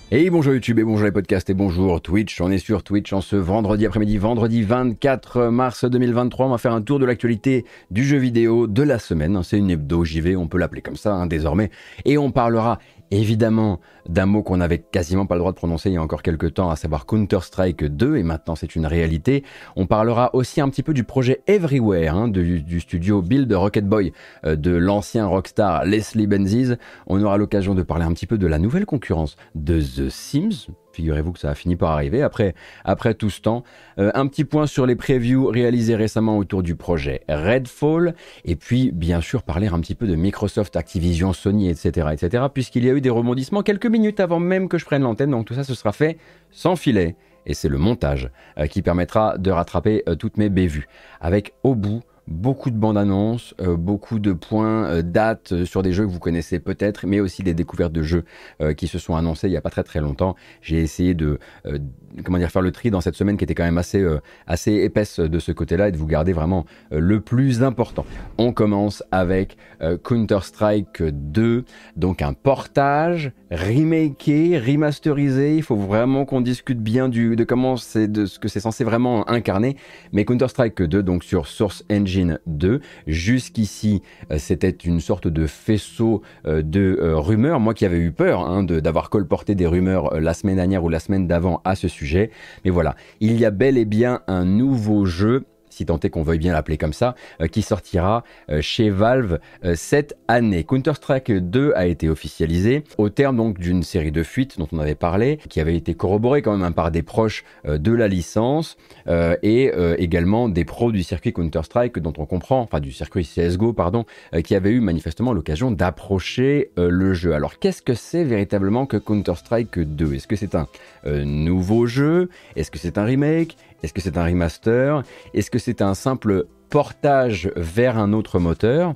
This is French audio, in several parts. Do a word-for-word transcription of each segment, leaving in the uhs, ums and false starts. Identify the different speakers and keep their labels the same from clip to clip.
Speaker 1: Et bonjour YouTube, et bonjour les podcasts, et bonjour Twitch. On est sur Twitch en ce vendredi après-midi, vendredi vingt-quatre mars deux mille vingt-trois. On va faire un tour de l'actualité du jeu vidéo de la semaine. C'est une hebdo J V, on peut l'appeler comme ça hein, désormais. Et on parlera évidemment d'un mot qu'on n'avait quasiment pas le droit de prononcer il y a encore quelques temps, à savoir Counter-Strike deux, et maintenant c'est une réalité. On parlera aussi un petit peu du projet Everywhere, hein, de, du studio Build Rocket Boy, euh, de l'ancien rockstar Leslie Benzies. On aura l'occasion de parler un petit peu de la nouvelle concurrence de The Sims. Figurez-vous que ça a fini par arriver après, après tout ce temps. Euh, un petit point sur les previews réalisés récemment autour du projet Redfall. Et puis, bien sûr, parler un petit peu de Microsoft, Activision, Sony, et cetera, et cetera, puisqu'il y a eu des rebondissements quelques minutes avant même que je prenne l'antenne. Donc tout ça, ce sera fait sans filet. Et c'est le montage euh, qui permettra de rattraper euh, toutes mes bévues. Avec au bout beaucoup de bandes annonces, euh, beaucoup de points, euh, dates euh, sur des jeux que vous connaissez peut-être, mais aussi des découvertes de jeux euh, qui se sont annoncés il n'y a pas très très longtemps. J'ai essayé de euh, comment dire, faire le tri dans cette semaine qui était quand même assez, euh, assez épaisse de ce côté-là et de vous garder vraiment euh, le plus important. On commence avec euh, Counter-Strike deux, donc un portage remaké, remasterisé. Il faut vraiment qu'on discute bien du, de comment c'est, de ce que c'est censé vraiment incarner. Mais Counter-Strike deux, donc sur Source Engine deux. Jusqu'ici, euh, c'était une sorte de faisceau euh, de euh, rumeurs. Moi qui avais eu peur hein, de, d'avoir colporté des rumeurs euh, la semaine dernière ou la semaine d'avant à ce sujet. Mais voilà, il y a bel et bien un nouveau jeu, si tant est qu'on veuille bien l'appeler comme ça, euh, qui sortira euh, chez Valve euh, cette année. Counter-Strike deux a été officialisé au terme donc d'une série de fuites dont on avait parlé, qui avait été corroborée quand même hein, par des proches euh, de la licence euh, et euh, également des pros du circuit Counter-Strike dont on comprend, enfin du circuit C S G O pardon, euh, qui avaient eu manifestement l'occasion d'approcher euh, le jeu. Alors qu'est-ce que c'est véritablement que Counter-Strike deux? Est-ce que c'est un euh, nouveau jeu? Est-ce que c'est un remake? Est-ce que c'est un remaster? Est-ce que c'est un simple portage vers un autre moteur?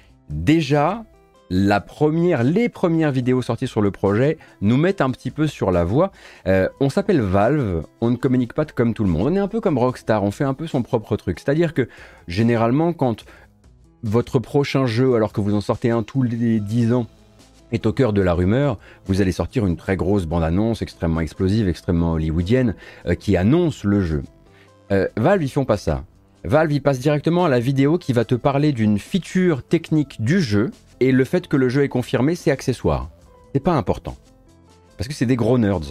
Speaker 1: Déjà, la première, les premières vidéos sorties sur le projet nous mettent un petit peu sur la voie. Euh, on s'appelle Valve, on ne communique pas comme tout le monde. On est un peu comme Rockstar, on fait un peu son propre truc. C'est-à-dire que généralement, quand votre prochain jeu, alors que vous en sortez un tous les dix ans, est au cœur de la rumeur, vous allez sortir une très grosse bande-annonce extrêmement explosive, extrêmement hollywoodienne, euh, qui annonce le jeu. Euh, Valve, ils font pas ça. Valve, ils passent directement à la vidéo qui va te parler d'une feature technique du jeu, et le fait que le jeu est confirmé, c'est accessoire. C'est pas important. Parce que c'est des gros nerds.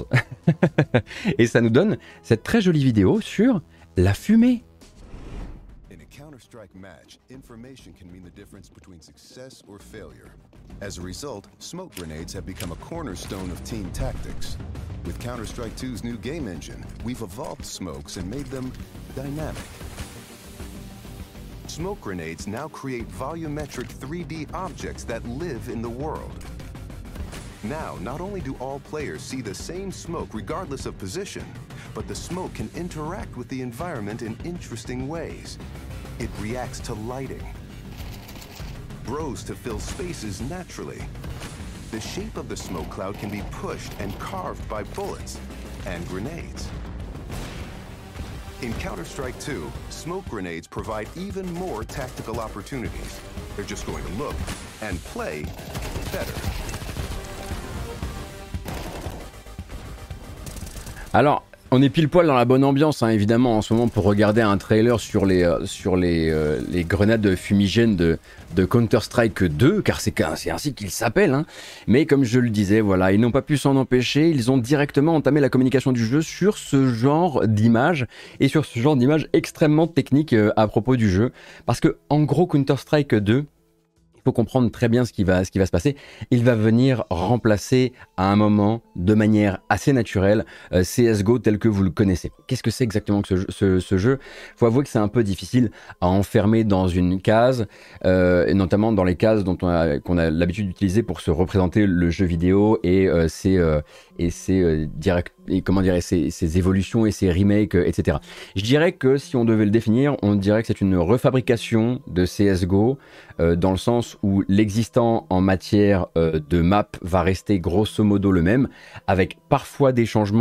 Speaker 1: Et ça nous donne cette très jolie vidéo sur la fumée.
Speaker 2: Counter-Strike match, information can mean the difference between success or failure. As a result, smoke grenades have become a cornerstone of team tactics. With Counter-Strike two's new game engine, we've evolved smokes and made them dynamic. Smoke grenades now create volumetric three D objects that live in the world. Now, not only do all players see the same smoke regardless of position, but the smoke can interact with the environment in interesting ways. It reacts to lighting, grows to fill spaces naturally. The shape of the smoke cloud can be pushed and carved by bullets and grenades. In Counter-Strike two, smoke grenades provide even more tactical opportunities. They're just going to look and play better.
Speaker 1: Alors, on est pile poil dans la bonne ambiance, hein, évidemment, en ce moment, pour regarder un trailer sur les, euh, sur les, euh, les grenades fumigènes de, de Counter-Strike deux, car c'est, c'est ainsi qu'il s'appelle. Hein. Mais comme je le disais, voilà, ils n'ont pas pu s'en empêcher. Ils ont directement entamé la communication du jeu sur ce genre d'image et sur ce genre d'image extrêmement technique euh, à propos du jeu. Parce que, en gros, Counter-Strike deux, il faut comprendre très bien ce qui va, ce qui va se passer. Il va venir remplacer à un moment, de manière assez naturelle, euh, C S G O tel que vous le connaissez. Qu'est-ce que c'est exactement que ce jeu, ce, ce jeu ? Faut avouer que c'est un peu difficile à enfermer dans une case, euh, et notamment dans les cases dont on a, qu'on a l'habitude d'utiliser pour se représenter le jeu vidéo et euh, ses, euh, et ses euh, direct, et comment dirais, ses, ses évolutions et ses remakes, euh, et cetera. Je dirais que si on devait le définir, on dirait que c'est une refabrication de C S G O, euh, dans le sens où l'existant en matière euh, de map va rester grosso modo le même, avec parfois des changements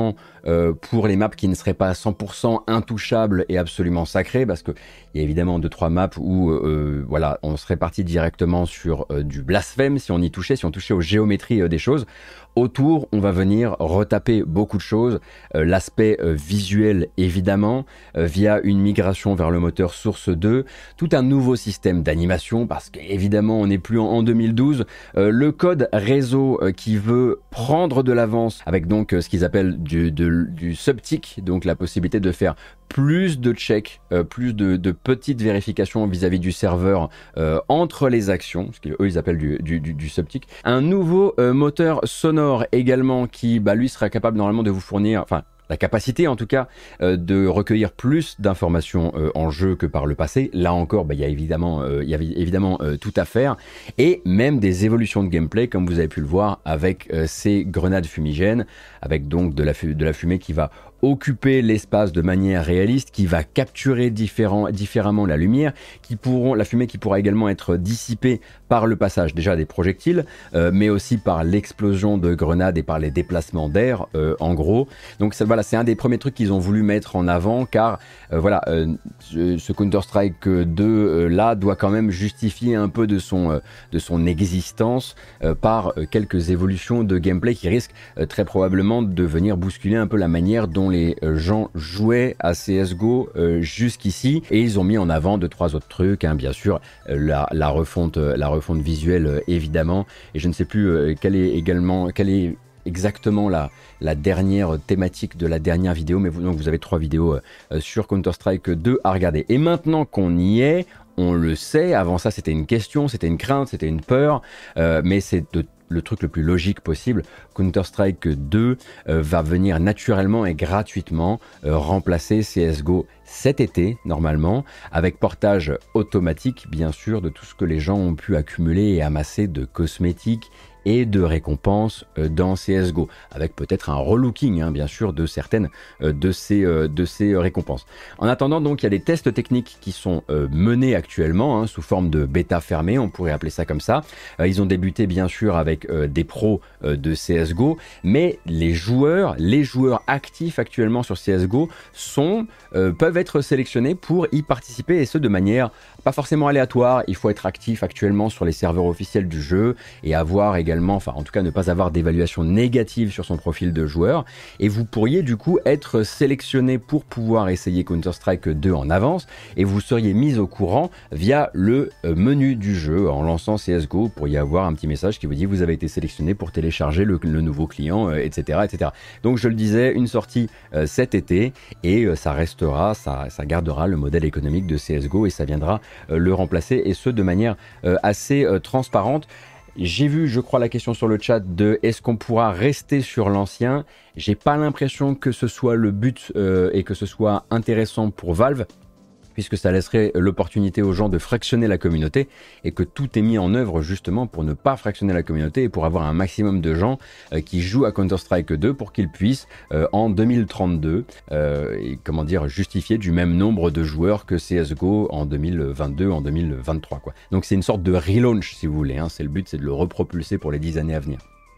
Speaker 1: euh, pour les maps qui ne seraient pas cent pour cent intouchables et absolument sacrées, parce qu'il y a évidemment deux trois maps où euh, voilà, on serait parti directement sur euh, du blasphème si on y touchait, si on touchait aux géométries euh, des choses. Autour, on va venir retaper beaucoup de choses, euh, l'aspect euh, visuel évidemment, euh, via une migration vers le moteur Source deux, tout un nouveau système d'animation, parce qu'évidemment on n'est plus en, en deux mille douze, euh, le code réseau euh, qui veut prendre de l'avance, avec donc euh, ce qu'ils appellent du, de, du subtick, donc la possibilité de faire plus de checks, euh, plus de, de petites vérifications vis-à-vis du serveur euh, entre les actions, ce qu'eux ils appellent du, du, du, du subtick. Un nouveau euh, moteur sonore également qui, bah, lui, sera capable normalement de vous fournir, enfin, la capacité en tout cas euh, de recueillir plus d'informations euh, en jeu que par le passé. Là encore, bah, il y a évidemment, euh, il y avait évidemment euh, tout à faire, et même des évolutions de gameplay comme vous avez pu le voir avec euh, ces grenades fumigènes, avec donc de la, fu- de la fumée qui va occuper l'espace de manière réaliste, qui va capturer différent, différemment la lumière, qui pourront, la fumée qui pourra également être dissipée par le passage déjà des projectiles, euh, mais aussi par l'explosion de grenades et par les déplacements d'air, euh, en gros. Donc ça, voilà, c'est un des premiers trucs qu'ils ont voulu mettre en avant, car euh, voilà, euh, ce, ce Counter-Strike deux euh, là doit quand même justifier un peu de son, euh, de son existence euh, par euh, quelques évolutions de gameplay qui risquent euh, très probablement de venir bousculer un peu la manière dont les gens jouaient à C S G O euh, jusqu'ici, et ils ont mis en avant deux trois autres trucs, hein, bien sûr, euh, la, la refonte, la refonte visuelle euh, évidemment, et je ne sais plus euh, quelle est également, quelle est exactement la, la dernière thématique de la dernière vidéo, mais vous, donc vous avez trois vidéos euh, sur Counter-Strike deux à regarder. Et maintenant qu'on y est, on le sait, avant ça c'était une question, c'était une crainte, c'était une peur, euh, mais c'est de le truc le plus logique possible. Counter-Strike deux euh, va venir naturellement et gratuitement euh, remplacer C S G O cet été, normalement, avec portage automatique, bien sûr, de tout ce que les gens ont pu accumuler et amasser de cosmétiques et de récompenses euh, dans C S G O, avec peut-être un relooking, hein, bien sûr, de certaines euh, de ces, euh, de ces euh, récompenses. En attendant, donc, il y a des tests techniques qui sont euh, menés actuellement, hein, sous forme de bêta fermée, on pourrait appeler ça comme ça. Euh, ils ont débuté, bien sûr, avec euh, des pros euh, de C S G O, mais les joueurs, les joueurs actifs actuellement sur C S G O sont, euh, peuvent être sélectionnés pour y participer, et ce, de manière pas forcément aléatoire. Il faut être actif actuellement sur les serveurs officiels du jeu et avoir également, enfin en tout cas ne pas avoir d'évaluation négative sur son profil de joueur, et vous pourriez du coup être sélectionné pour pouvoir essayer Counter-Strike deux en avance, et vous seriez mis au courant via le menu du jeu. En lançant C S G O, vous pourriez avoir un petit message qui vous dit vous avez été sélectionné pour télécharger le, le nouveau client, euh, etc., et cetera. Donc je le disais, une sortie euh, cet été, et euh, ça restera, ça, ça gardera le modèle économique de C S G O, et ça viendra euh, le remplacer, et ce de manière euh, assez euh, transparente. J'ai vu, je crois, la question sur le chat de est-ce qu'on pourra rester sur l'ancien. J'ai pas l'impression que ce soit le but euh, et que ce soit intéressant pour Valve, puisque ça laisserait l'opportunité aux gens de fractionner la communauté, et que tout est mis en œuvre justement pour ne pas fractionner la communauté et pour avoir un maximum de gens euh, qui jouent à Counter-Strike deux pour qu'ils puissent euh, en deux mille trente-deux euh, et, comment dire, justifier du même nombre de joueurs que C S G O en deux mille vingt-deux, en deux mille vingt-trois, quoi. Donc c'est une sorte de relaunch si vous voulez, hein. C'est le but, c'est de le repropulser pour les dix années à venir.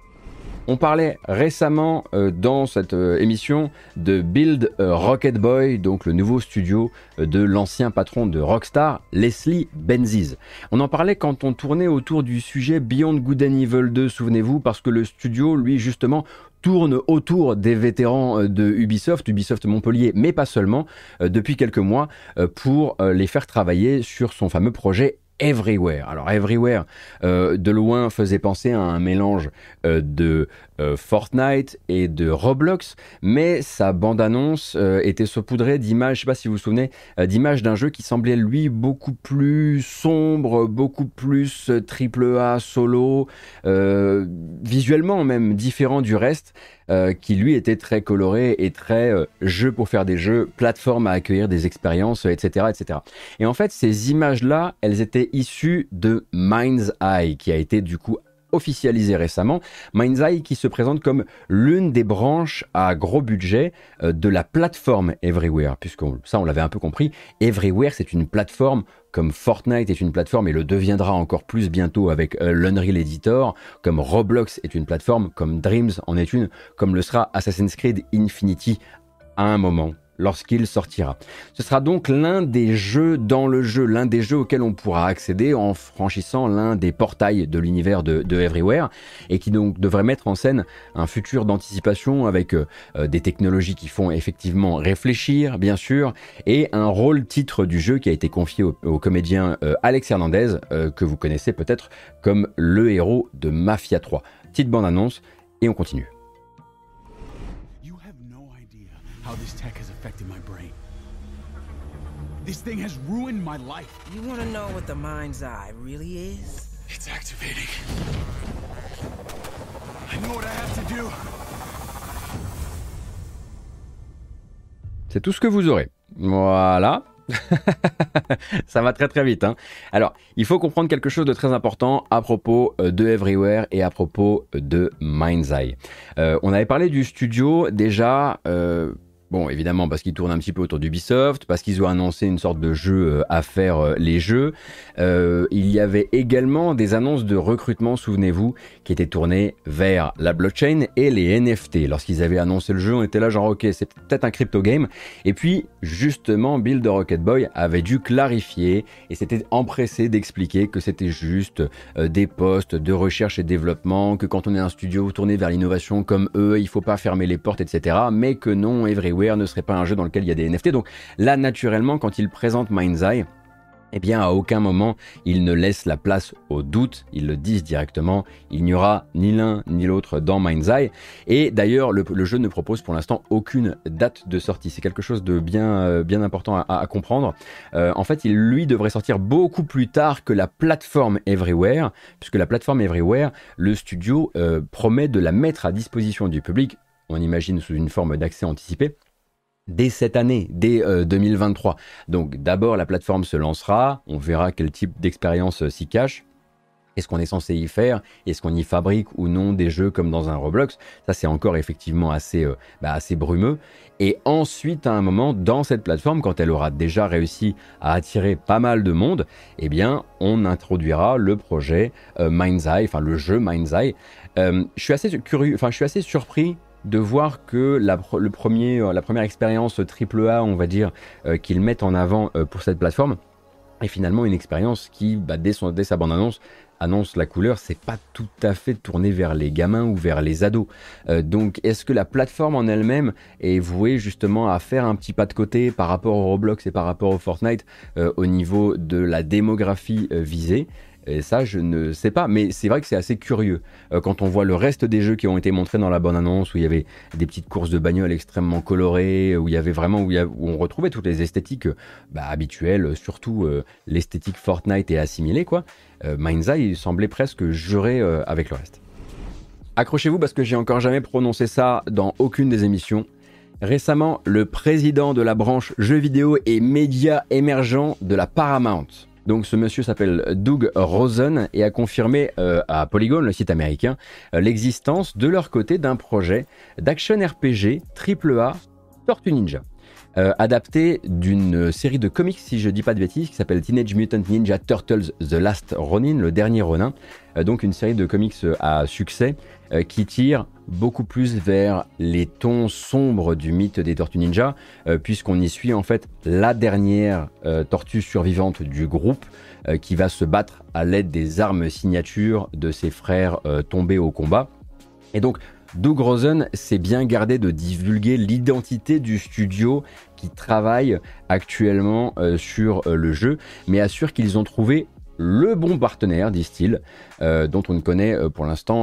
Speaker 1: On parlait récemment euh, dans cette euh, émission de Build euh, Rocket Boy, donc le nouveau studio euh, de l'ancien patron de Rockstar, Leslie Benzies. On en parlait quand on tournait autour du sujet Beyond Good and Evil deux, souvenez-vous, parce que le studio, lui, justement, tourne autour des vétérans de Ubisoft, Ubisoft Montpellier, mais pas seulement, euh, depuis quelques mois, euh, pour euh, les faire travailler sur son fameux projet Everywhere. Alors Everywhere, euh, de loin, faisait penser à un mélange euh, de euh, Fortnite et de Roblox, mais sa bande-annonce euh, était saupoudrée d'images, je sais pas si vous vous souvenez, euh, d'images d'un jeu qui semblait lui beaucoup plus sombre, beaucoup plus euh, triple A solo, euh, visuellement même différent du reste, euh, qui lui était très coloré et très euh, jeu pour faire des jeux, plateforme à accueillir des expériences, et cetera, et cetera. Et en fait, ces images-là, elles étaient issues de Mind's Eye, qui a été du coup officialisé récemment. Mind's Eye qui se présente comme l'une des branches à gros budget euh, de la plateforme Everywhere, puisque ça on l'avait un peu compris, Everywhere c'est une plateforme comme Fortnite est une plateforme et le deviendra encore plus bientôt avec euh, l'Unreal Editor, comme Roblox est une plateforme, comme Dreams en est une, comme le sera Assassin's Creed Infinity à un moment, lorsqu'il sortira. Ce sera donc l'un des jeux dans le jeu, l'un des jeux auxquels on pourra accéder en franchissant l'un des portails de l'univers de, de Everywhere, et qui donc devrait mettre en scène un futur d'anticipation avec euh, des technologies qui font effectivement réfléchir, bien sûr, et un rôle titre du jeu qui a été confié au, au comédien euh, Alex Hernandez, euh, que vous connaissez peut-être comme le héros de Mafia trois. Petite bande-annonce, et on continue.
Speaker 3: How this tech has affected my brain. This thing has ruined my life.
Speaker 4: You want to know what the Mind's Eye really is?
Speaker 3: It's activating. I know what I have to do.
Speaker 1: C'est tout ce que vous aurez. Voilà. Ça va très très vite, hein. Alors, il faut comprendre quelque chose de très important à propos de Everywhere et à propos de Mind's Eye. Euh, on avait parlé du studio déjà... Euh, Bon, évidemment, parce qu'ils tournent un petit peu autour d'Ubisoft, parce qu'ils ont annoncé une sorte de jeu à faire euh, les jeux. Euh, il y avait également des annonces de recrutement, souvenez-vous, qui étaient tournées vers la blockchain et les N F T. Lorsqu'ils avaient annoncé le jeu, on était là genre, ok, c'est peut-être un crypto game. Et puis, justement, Bill de Rocket Boy avait dû clarifier et s'était empressé d'expliquer que c'était juste euh, des postes de recherche et développement, que quand on est un studio tourné vers l'innovation comme eux, il faut pas fermer les portes, et cetera. Mais que non, Everywhere ne serait pas un jeu dans lequel il y a des N F T. Donc là, naturellement, quand ils présentent Mind's Eye, eh bien, à aucun moment, ils ne laissent la place au doute. Ils le disent directement. Il n'y aura ni l'un ni l'autre dans Mind's Eye. Et d'ailleurs, le, le jeu ne propose pour l'instant aucune date de sortie. C'est quelque chose de bien, euh, bien important à, à comprendre. Euh, en fait, il, lui, devrait sortir beaucoup plus tard que la plateforme Everywhere, puisque la plateforme Everywhere, le studio euh, promet de la mettre à disposition du public, on imagine sous une forme d'accès anticipé, dès cette année, dès euh, deux mille vingt-trois. Donc d'abord la plateforme se lancera, on verra quel type d'expérience euh, s'y cache. Est-ce qu'on est censé y faire? Est-ce qu'on y fabrique ou non des jeux comme dans un Roblox? Ça c'est encore effectivement assez, euh, bah, assez brumeux. Et ensuite à un moment, dans cette plateforme, quand elle aura déjà réussi à attirer pas mal de monde, eh bien on introduira le projet euh, Mind's Eye, enfin le jeu Mind's Eye. Euh, je suis assez curieux, enfin je suis assez surpris de voir que la, le premier, la première expérience triple A, on va dire, euh, qu'ils mettent en avant euh, pour cette plateforme, est finalement une expérience qui, bah, dès, son, dès sa bande-annonce, annonce la couleur, c'est pas tout à fait tourné vers les gamins ou vers les ados. Euh, donc, est-ce que la plateforme en elle-même est vouée justement à faire un petit pas de côté par rapport au Roblox et par rapport au Fortnite euh, au niveau de la démographie euh, visée ? Et ça, je ne sais pas, mais c'est vrai que c'est assez curieux. Euh, quand on voit le reste des jeux qui ont été montrés dans la bande-annonce, où il y avait des petites courses de bagnole extrêmement colorées, où il y avait vraiment, où, il y a, où on retrouvait toutes les esthétiques euh, bah, habituelles, surtout euh, l'esthétique Fortnite et assimilée, quoi. Euh, Mind's Eye, il semblait presque jurer euh, avec le reste. Accrochez-vous parce que j'ai encore jamais prononcé ça dans aucune des émissions. Récemment, le président de la branche jeux vidéo et médias émergents de la Paramount, donc ce monsieur s'appelle Doug Rosen et a confirmé euh, à Polygon, le site américain, euh, l'existence de leur côté d'un projet d'action R P G triple A Tortue Ninja, euh, adapté d'une série de comics, si je dis pas de bêtises, qui s'appelle Teenage Mutant Ninja Turtles The Last Ronin, le dernier Ronin, euh, donc une série de comics à succès euh, qui tire beaucoup plus vers les tons sombres du mythe des Tortues Ninja, euh, puisqu'on y suit en fait la dernière euh, tortue survivante du groupe euh, qui va se battre à l'aide des armes signatures de ses frères euh, tombés au combat. Et donc Doug Rosen s'est bien gardé de divulguer l'identité du studio qui travaille actuellement euh, sur euh, le jeu, mais assure qu'ils ont trouvé le bon partenaire, disent-ils, euh, dont on ne connaît euh, pour l'instant euh,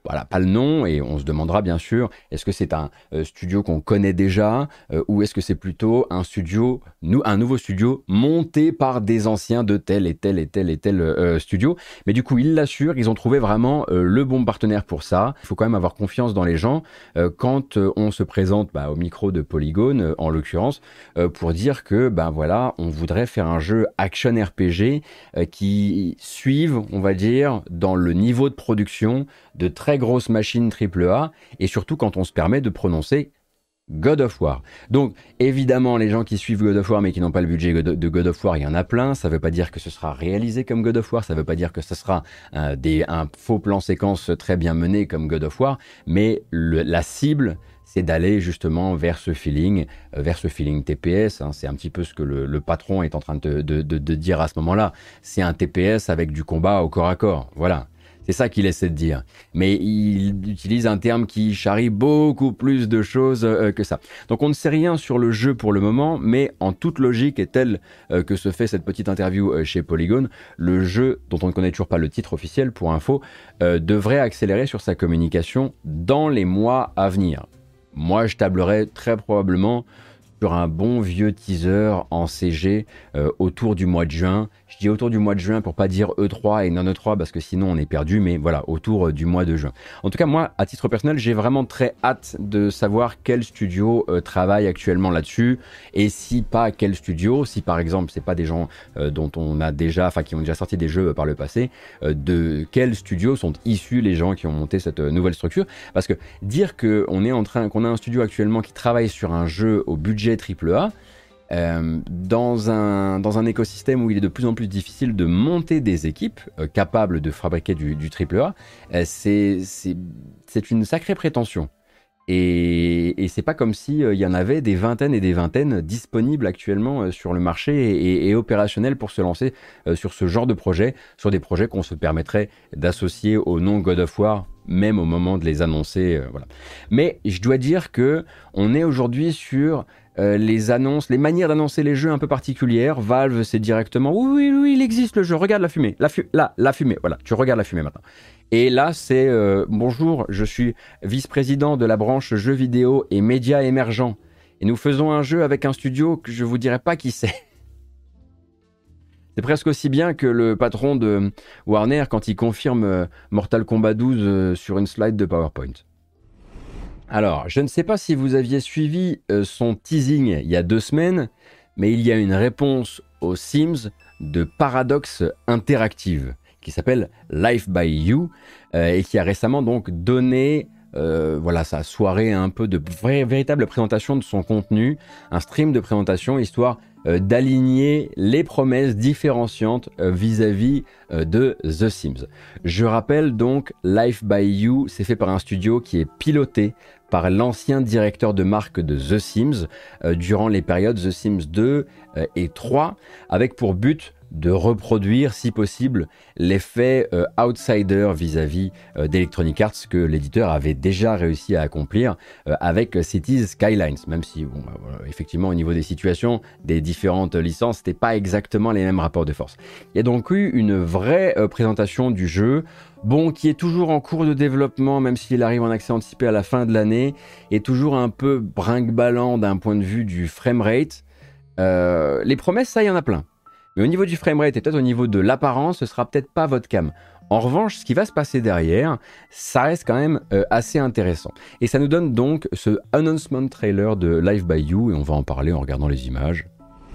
Speaker 1: voilà, pas le nom, et on se demandera bien sûr, est-ce que c'est un euh, studio qu'on connaît déjà, euh, ou est-ce que c'est plutôt un studio, nou, un nouveau studio monté par des anciens de tel et tel et tel et tel euh, studio. Mais du coup, ils l'assurent, ils ont trouvé vraiment euh, le bon partenaire pour ça. Il faut quand même avoir confiance dans les gens euh, quand euh, on se présente bah, au micro de Polygon, euh, en l'occurrence, euh, pour dire que ben voilà, on voudrait faire un jeu action R P G euh, qui suive, on va dire, dans le niveau de production de très grosses machines triple A, et surtout quand on se permet de prononcer God of War. Donc évidemment, les gens qui suivent God of War mais qui n'ont pas le budget de God of War, il y en a plein. Ça ne veut pas dire que ce sera réalisé comme God of War, ça ne veut pas dire que ce sera euh, des, un faux plan séquence très bien mené comme God of War, mais le, la cible, c'est d'aller justement vers ce feeling, euh, vers ce feeling T P S. Hein. C'est un petit peu ce que le, le patron est en train de, de, de, de dire à ce moment-là. C'est un T P S avec du combat au corps à corps. Voilà. C'est ça qu'il essaie de dire. Mais il utilise un terme qui charrie beaucoup plus de choses euh, que ça. Donc on ne sait rien sur le jeu pour le moment, mais en toute logique et telle euh, que se fait cette petite interview euh, chez Polygon, le jeu, dont on ne connaît toujours pas le titre officiel pour info, euh, devrait accélérer sur sa communication dans les mois à venir. Moi, je tablerais très probablement sur un bon vieux teaser en C G euh, autour du mois de juin. Je dis autour du mois de juin pour pas dire E trois et non E trois parce que sinon on est perdu, mais voilà, autour euh, du mois de juin. En tout cas, moi, à titre personnel, j'ai vraiment très hâte de savoir quel studio euh, travaille actuellement là-dessus, et si pas quel studio, si par exemple c'est pas des gens euh, dont on a déjà, enfin qui ont déjà sorti des jeux euh, par le passé, euh, de quels studios sont issus les gens qui ont monté cette euh, nouvelle structure. Parce que dire que on est en train, qu'on a un studio actuellement qui travaille sur un jeu au budget triple A, Euh, dans, un, dans un écosystème où il est de plus en plus difficile de monter des équipes euh, capables de fabriquer du, du triple A, euh, c'est, c'est, c'est une sacrée prétention. Et, et c'est pas comme s'il euh, y en avait des vingtaines et des vingtaines disponibles actuellement euh, sur le marché et, et, et opérationnels pour se lancer euh, sur ce genre de projet, sur des projets qu'on se permettrait d'associer au nom God of War, même au moment de les annoncer. Euh, voilà. Mais je dois dire que on est aujourd'hui sur Euh, les annonces, les manières d'annoncer les jeux un peu particulières. Valve, c'est directement oui, oui, oui, il existe le jeu, regarde la fumée, la fu- là, la fumée, voilà, tu regardes la fumée maintenant. Et là, c'est euh, bonjour, je suis vice-président de la branche jeux vidéo et médias émergents. Et nous faisons un jeu avec un studio que je vous dirai pas qui c'est. C'est presque aussi bien que le patron de Warner quand il confirme euh, Mortal Kombat douze euh, sur une slide de PowerPoint. Alors, je ne sais pas si vous aviez suivi euh, son teasing il y a deux semaines, mais il y a une réponse aux Sims de Paradox Interactive qui s'appelle Life by You euh, et qui a récemment donc donné euh, voilà, sa soirée un peu de vraie, véritable présentation de son contenu, un stream de présentation histoire euh, d'aligner les promesses différenciantes euh, vis-à-vis euh, de The Sims. Je rappelle donc, Life by You, c'est fait par un studio qui est piloté par l'ancien directeur de marque de The Sims euh, durant les périodes The Sims deux euh, et trois, avec pour but de reproduire, si possible, l'effet euh, outsider vis-à-vis euh, d'Electronic Arts que l'éditeur avait déjà réussi à accomplir euh, avec Cities Skylines, même si, bon, bah, voilà, effectivement, au niveau des situations, des différentes licences, c'était pas exactement les mêmes rapports de force. Il y a donc eu une vraie euh, présentation du jeu, bon, qui est toujours en cours de développement, même s'il arrive en accès anticipé à la fin de l'année, et toujours un peu brinque-ballant d'un point de vue du framerate. Euh, les promesses, ça, il y en a plein. Mais au niveau du framerate et peut-être au niveau de l'apparence, ce sera peut-être pas votre cam. En revanche, ce qui va se passer derrière, ça reste quand même euh, assez intéressant. Et ça nous donne donc ce announcement trailer de Life by You, et on va en parler en regardant les images.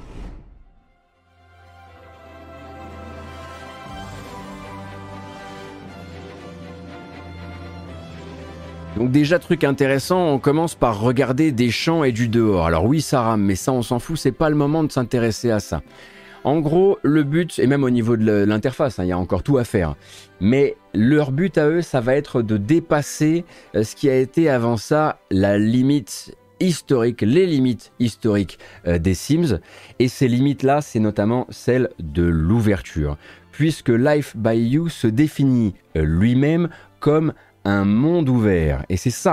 Speaker 1: Donc déjà, truc intéressant, on commence par regarder des champs et du dehors. Alors oui, ça rame, mais ça on s'en fout, c'est pas le moment de s'intéresser à ça. En gros, le but, et même au niveau de l'interface, hein, il y a encore tout à faire, mais leur but à eux, ça va être de dépasser euh, ce qui a été avant ça la limite historique, les limites historiques euh, des Sims, et ces limites-là, c'est notamment celle de l'ouverture, puisque Life by You se définit euh, lui-même comme un monde ouvert, et c'est ça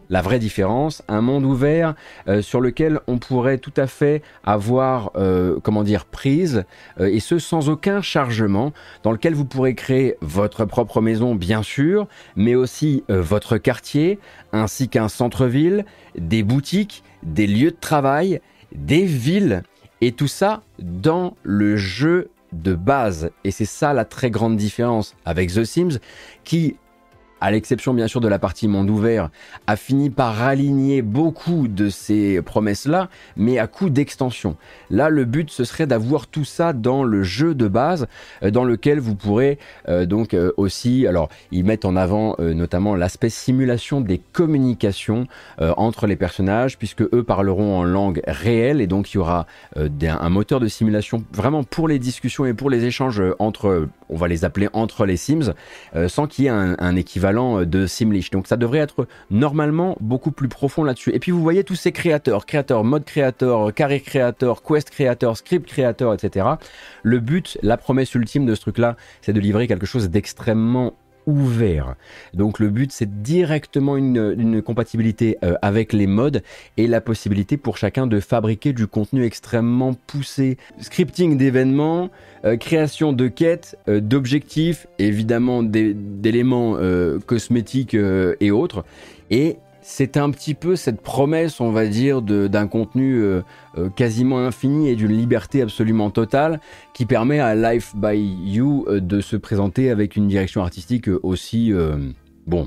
Speaker 1: la vraie différence, un monde ouvert euh, sur lequel on pourrait tout à fait avoir, euh, comment dire, prise, euh, et ce sans aucun chargement, dans lequel vous pourrez créer votre propre maison, bien sûr, mais aussi euh, votre quartier, ainsi qu'un centre-ville, des boutiques, des lieux de travail, des villes, et tout ça dans le jeu de base. Et c'est ça la très grande différence avec The Sims, qui, à l'exception bien sûr de la partie monde ouvert, a fini par aligner beaucoup de ces promesses-là, mais à coup d'extension. Là, le but, ce serait d'avoir tout ça dans le jeu de base, euh, dans lequel vous pourrez euh, donc euh, aussi, alors ils mettent en avant euh, notamment l'aspect simulation des communications euh, entre les personnages, puisque eux parleront en langue réelle, et donc il y aura euh, des, un moteur de simulation vraiment pour les discussions et pour les échanges entre, on va les appeler entre les Sims, euh, sans qu'il y ait un, un équivalent de Simlish. Donc ça devrait être normalement beaucoup plus profond là-dessus. Et puis vous voyez tous ces créateurs, créateurs, mode créateur, carré créateur, quest créateur, script créateur, et cetera. Le but, la promesse ultime de ce truc-là, c'est de livrer quelque chose d'extrêmement ouvert. Donc le but, c'est directement une, une compatibilité euh, avec les modes et la possibilité pour chacun de fabriquer du contenu extrêmement poussé. Scripting d'événements, euh, création de quêtes, euh, d'objectifs, évidemment d'éléments euh, cosmétiques euh, et autres. Et c'est un petit peu cette promesse, on va dire, d'un contenu euh, euh, quasiment infini et d'une liberté absolument totale qui permet à Life by You euh, de se présenter avec une direction artistique aussi, euh, bon,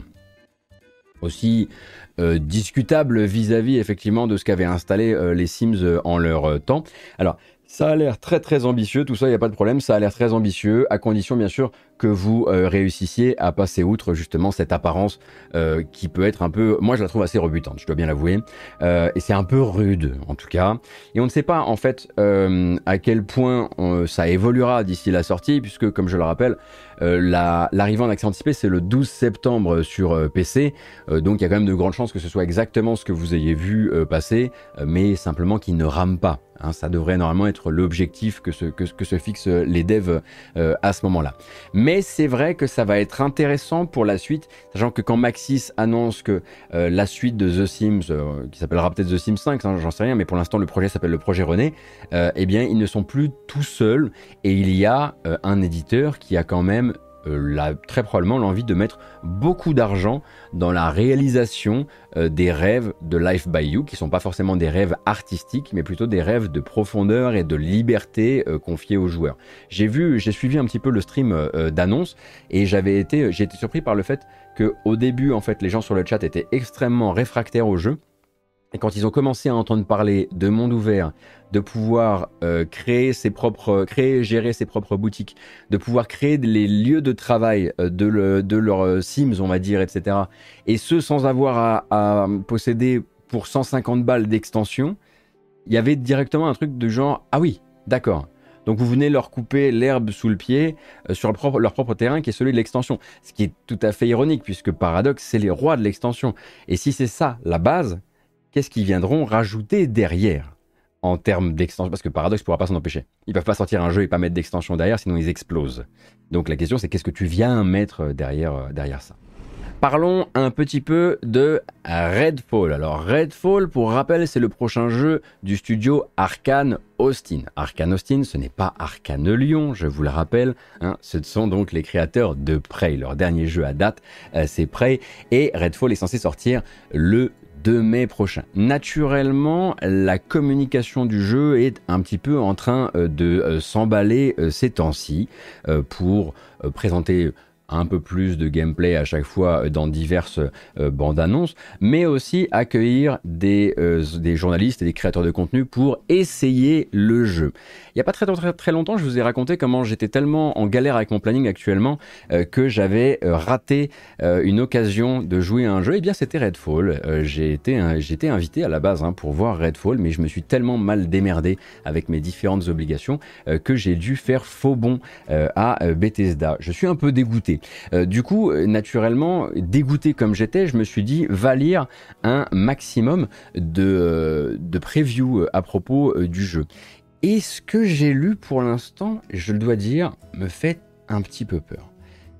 Speaker 1: aussi euh, discutable vis-à-vis effectivement de ce qu'avaient installé euh, les Sims euh, en leur euh, temps. Alors, ça a l'air très très ambitieux, tout ça, il n'y a pas de problème, ça a l'air très ambitieux, à condition bien sûr que vous euh, réussissiez à passer outre justement cette apparence euh, qui peut être un peu, moi je la trouve assez rebutante, je dois bien l'avouer, euh, et c'est un peu rude en tout cas, et on ne sait pas en fait euh, à quel point on, ça évoluera d'ici la sortie, puisque comme je le rappelle, euh, l'arrivée la, en accès anticipé c'est le douze septembre sur euh, P C, euh, donc il y a quand même de grandes chances que ce soit exactement ce que vous ayez vu euh, passer, euh, mais simplement qu'il ne rame pas. Hein, ça devrait normalement être l'objectif que se, que, que se fixent les devs euh, à ce moment-là. Mais c'est vrai que ça va être intéressant pour la suite, sachant que quand Maxis annonce que euh, la suite de The Sims, euh, qui s'appellera peut-être The Sims cinq, hein, j'en sais rien, mais pour l'instant le projet s'appelle le projet René, euh, eh bien ils ne sont plus tout seuls, et il y a euh, un éditeur qui a quand même Euh, là, très probablement l'envie de mettre beaucoup d'argent dans la réalisation euh, des rêves de Life by You, qui ne sont pas forcément des rêves artistiques, mais plutôt des rêves de profondeur et de liberté euh, confiés aux joueurs. J'ai vu, j'ai suivi un petit peu le stream euh, d'annonce, et j'avais été, j'ai été surpris par le fait que au début, en fait, les gens sur le chat étaient extrêmement réfractaires au jeu. Et quand ils ont commencé à entendre parler de monde ouvert, de pouvoir euh, créer ses propres, créer et gérer ses propres boutiques, de pouvoir créer les lieux de travail euh, de, le, de leurs Sims, on va dire, et cetera. Et ce, sans avoir à, à posséder pour cent cinquante balles d'extension, il y avait directement un truc de genre, ah oui, d'accord. Donc vous venez leur couper l'herbe sous le pied euh, sur leur propre, leur propre terrain qui est celui de l'extension. Ce qui est tout à fait ironique, puisque Paradox, c'est les rois de l'extension. Et si c'est ça, la base, qu'est-ce qu'ils viendront rajouter derrière en termes d'extension? Parce que Paradox ne pourra pas s'en empêcher. Ils ne peuvent pas sortir un jeu et pas mettre d'extension derrière, sinon ils explosent. Donc la question, c'est qu'est-ce que tu viens mettre derrière, derrière ça? Parlons un petit peu de Redfall. Alors Redfall, pour rappel, c'est le prochain jeu du studio Arkane Austin. Arkane Austin, ce n'est pas Arkane Lyon, je vous le rappelle. Hein, ce sont donc les créateurs de Prey. Leur dernier jeu à date, euh, c'est Prey. Et Redfall est censé sortir le deux mai prochain. Naturellement, la communication du jeu est un petit peu en train euh, de euh, s'emballer euh, ces temps-ci euh, pour euh, présenter un peu plus de gameplay à chaque fois dans diverses euh, bandes annonces, mais aussi accueillir des, euh, des journalistes et des créateurs de contenu pour essayer le jeu. Il n'y a pas très, très, très longtemps, je vous ai raconté comment j'étais tellement en galère avec mon planning actuellement euh, que j'avais euh, raté euh, une occasion de jouer à un jeu. Et bien c'était Redfall. Euh, j'ai été, hein, j'ai été invité à la base hein, pour voir Redfall, mais je me suis tellement mal démerdé avec mes différentes obligations euh, que j'ai dû faire faux bond euh, à euh, Bethesda. Je suis un peu dégoûté. Euh, du coup, naturellement, dégoûté comme j'étais, je me suis dit, va lire un maximum de, euh, de previews à propos euh, du jeu. Et ce que j'ai lu pour l'instant, je le dois dire, me fait un petit peu peur.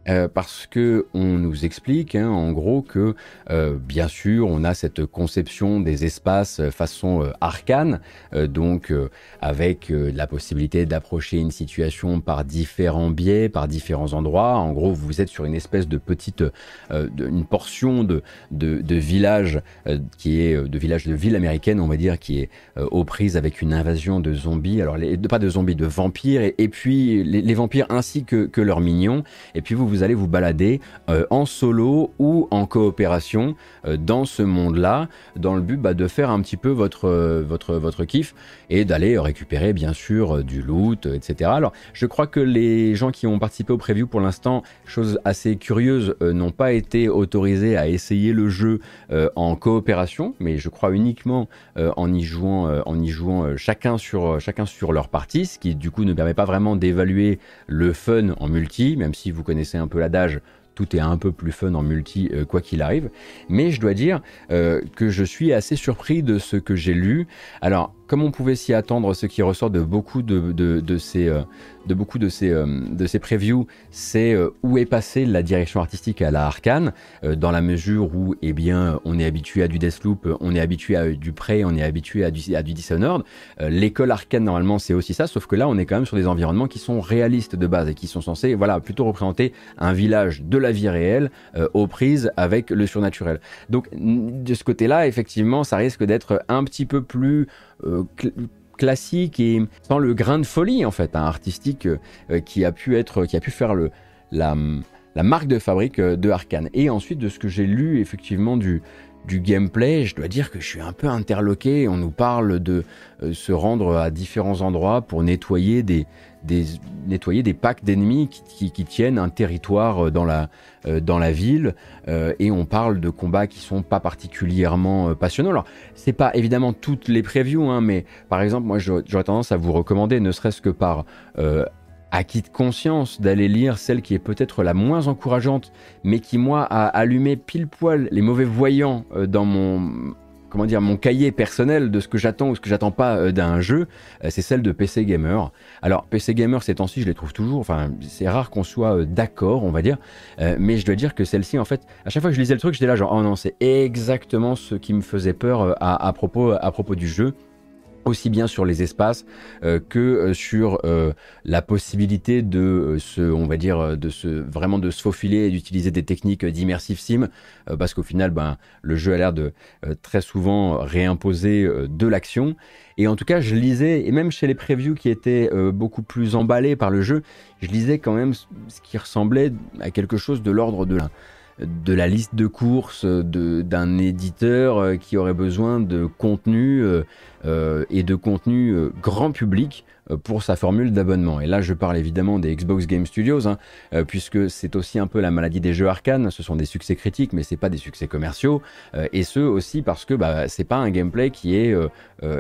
Speaker 1: euh, parce que on nous explique hein, en gros que euh, bien sûr on a cette conception des espaces façon euh, Arcane, euh, donc euh, avec euh, la possibilité d'approcher une situation par différents biais, par différents endroits. En gros, vous êtes sur une espèce de petite, euh, de, une portion de, de, de village euh, qui est de village de ville américaine, on va dire, qui est euh, aux prises avec une invasion de zombies. Alors les, de, pas de zombies, de vampires et, et puis les, les vampires ainsi que, que leurs mignons. Et puis vous, vous allez vous balader euh, en solo ou en coopération euh, dans ce monde-là, dans le but bah, de faire un petit peu votre, euh, votre, votre kiff et d'aller récupérer bien sûr euh, du loot, et cetera. Alors je crois que les gens qui ont participé au preview pour l'instant, chose assez curieuse, euh, n'ont pas été autorisés à essayer le jeu euh, en coopération, mais je crois uniquement euh, en y jouant, euh, en y jouant euh, chacun, sur, euh, chacun sur leur partie, ce qui du coup ne permet pas vraiment d'évaluer le fun en multi, même si vous connaissez un peu l'adage, tout est un peu plus fun en multi euh, quoi qu'il arrive. Mais je dois dire euh, que je suis assez surpris de ce que j'ai lu. Alors, comme on pouvait s'y attendre, ce qui ressort de beaucoup de, de, de ces, euh, de beaucoup de ces, euh, de ces previews, c'est euh, où est passée la direction artistique à la Arcane, euh, dans la mesure où, eh bien, on est habitué à du Deathloop, on est habitué à du Prey, on est habitué à du, à du Dishonored. Euh, l'école Arcane, normalement, c'est aussi ça, sauf que là, on est quand même sur des environnements qui sont réalistes de base et qui sont censés, voilà, plutôt représenter un village de la vie réelle euh, aux prises avec le surnaturel. Donc, de ce côté-là, effectivement, ça risque d'être un petit peu plus Euh, cl- classique et sans le grain de folie en fait, hein, artistique euh, qui a pu être, qui a pu faire le, la, la marque de fabrique euh, de Arcane. Et ensuite de ce que j'ai lu effectivement du, du gameplay, je dois dire que je suis un peu interloqué. On nous parle de euh, se rendre à différents endroits pour nettoyer des, des, nettoyer des packs d'ennemis qui, qui, qui tiennent un territoire dans la, euh, dans la ville, euh, et on parle de combats qui sont pas particulièrement euh, passionnants. Alors, c'est pas évidemment toutes les previews, hein, mais par exemple, moi j'aurais tendance à vous recommander, ne serait-ce que par euh, acquis de conscience, d'aller lire celle qui est peut-être la moins encourageante, mais qui, moi, a allumé pile poil les mauvais voyants euh, dans mon... comment dire, mon cahier personnel de ce que j'attends ou ce que j'attends pas euh, d'un jeu, euh, c'est celle de P C Gamer. Alors, P C Gamer, ces temps-ci, je les trouve toujours, enfin, c'est rare qu'on soit euh, d'accord, on va dire, euh, mais je dois dire que celle-ci, en fait, à chaque fois que je lisais le truc, j'étais là genre, oh non, c'est exactement ce qui me faisait peur euh, à, à, propos, à propos du jeu. Aussi bien sur les espaces euh, que euh, sur euh, la possibilité de euh, se, on va dire, de se vraiment de se faufiler et d'utiliser des techniques d'immersive sim, euh, parce qu'au final, ben, le jeu a l'air de euh, très souvent réimposer euh, de l'action. Et en tout cas, je lisais, et même chez les previews qui étaient euh, beaucoup plus emballés par le jeu, je lisais quand même ce qui ressemblait à quelque chose de l'ordre de la de la liste de courses de, d'un éditeur euh, qui aurait besoin de contenu euh, euh, et de contenu euh, grand public euh, pour sa formule d'abonnement. Et là, je parle évidemment des Xbox Game Studios, hein, euh, puisque c'est aussi un peu la maladie des jeux Arcane. Ce sont des succès critiques, mais c'est pas des succès commerciaux. Euh, et ce aussi parce que bah, c'est pas un gameplay qui est euh, euh,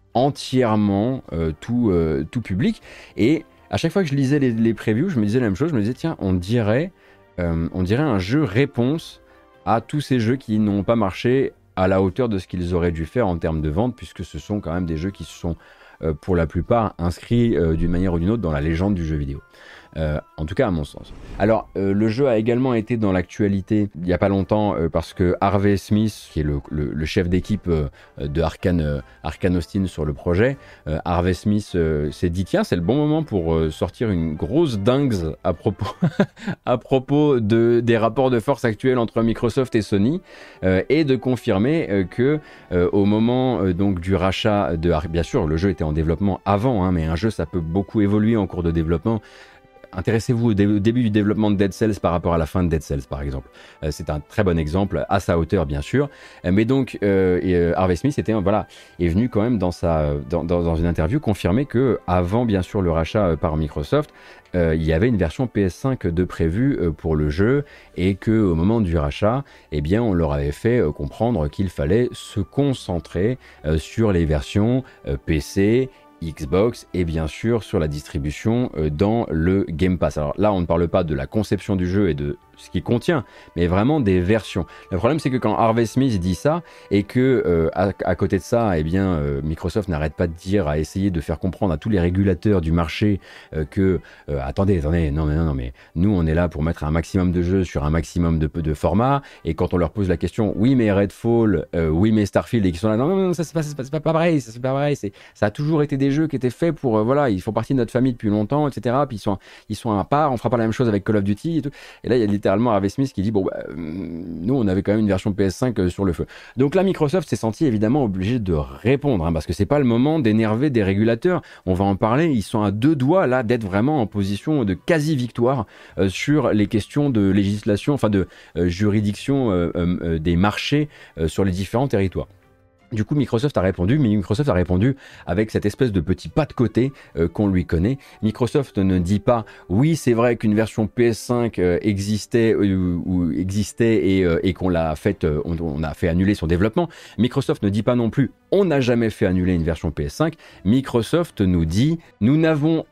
Speaker 1: entièrement euh, tout, euh, tout public. Et à chaque fois que je lisais les, les previews, je me disais la même chose. Je me disais, tiens, on dirait... Euh, on dirait un jeu réponse à tous ces jeux qui n'ont pas marché à la hauteur de ce qu'ils auraient dû faire en termes de vente, puisque ce sont quand même des jeux qui se sont euh, pour la plupart inscrits euh, d'une manière ou d'une autre dans la légende du jeu vidéo. Euh, en tout cas à mon sens. Alors euh, le jeu a également été dans l'actualité il n'y a pas longtemps euh, parce que Harvey Smith, qui est le, le, le chef d'équipe euh, de Arkane, euh, Arkane Austin sur le projet, euh, Harvey Smith euh, s'est dit tiens c'est le bon moment pour euh, sortir une grosse dingue à propos, à propos de, des rapports de force actuels entre Microsoft et Sony, euh, et de confirmer euh, que euh, au moment euh, donc du rachat de Ar- bien sûr le jeu était en développement avant, hein, mais un jeu ça peut beaucoup évoluer en cours de développement. Intéressez-vous au, dé- au début du développement de Dead Cells par rapport à la fin de Dead Cells, par exemple. Euh, c'est un très bon exemple, à sa hauteur, bien sûr. Euh, mais donc, euh, et, euh, Harvey Smith était, voilà, est venu quand même dans, sa, dans, dans, dans une interview confirmer que, avant, bien sûr, le rachat euh, par Microsoft, euh, il y avait une version P S cinq de prévue euh, pour le jeu et qu'au moment du rachat, eh bien, on leur avait fait euh, comprendre qu'il fallait se concentrer euh, sur les versions euh, P C, Xbox et bien sûr sur la distribution euh, dans le Game Pass. Alors là, on ne parle pas de la conception du jeu et de ce qu'il contient, mais vraiment des versions. Le problème, c'est que quand Harvey Smith dit ça, et que euh, à, à côté de ça, eh bien, euh, Microsoft n'arrête pas de dire, à essayer de faire comprendre à tous les régulateurs du marché euh, que, euh, attendez, attendez, non, mais non, non, mais nous, on est là pour mettre un maximum de jeux sur un maximum de, de formats, et quand on leur pose la question, oui, mais Redfall, euh, oui, mais Starfield, et qu'ils sont là, non, non, non, ça c'est pas, c'est pas, c'est pas pareil, ça c'est pas pareil, c'est, ça a toujours été des jeux qui étaient faits pour, euh, voilà, ils font partie de notre famille depuis longtemps, et cetera. Puis ils sont, ils sont à part, on fera pas la même chose avec Call of Duty et tout. Et là, il y a littéralement Harvey Smith qui dit, bon, bah, nous, on avait quand même une version P S cinq sur le feu. Donc là, Microsoft s'est senti évidemment obligé de répondre, hein, parce que c'est pas le moment d'énerver des régulateurs. On va en parler, ils sont à deux doigts là d'être vraiment en position de quasi-victoire euh, sur les questions de législation, enfin de euh, juridiction euh, euh, des marchés euh, sur les différents territoires. Du coup, Microsoft a répondu, mais Microsoft a répondu avec cette espèce de petit pas de côté euh, qu'on lui connaît. Microsoft ne dit pas, oui, c'est vrai qu'une version P S cinq euh, existait euh, ou existait et, euh, et qu'on l'a fait, euh, on, on a fait annuler son développement. Microsoft ne dit pas non plus, on n'a jamais fait annuler une version P S cinq. Microsoft nous dit, nous n'avons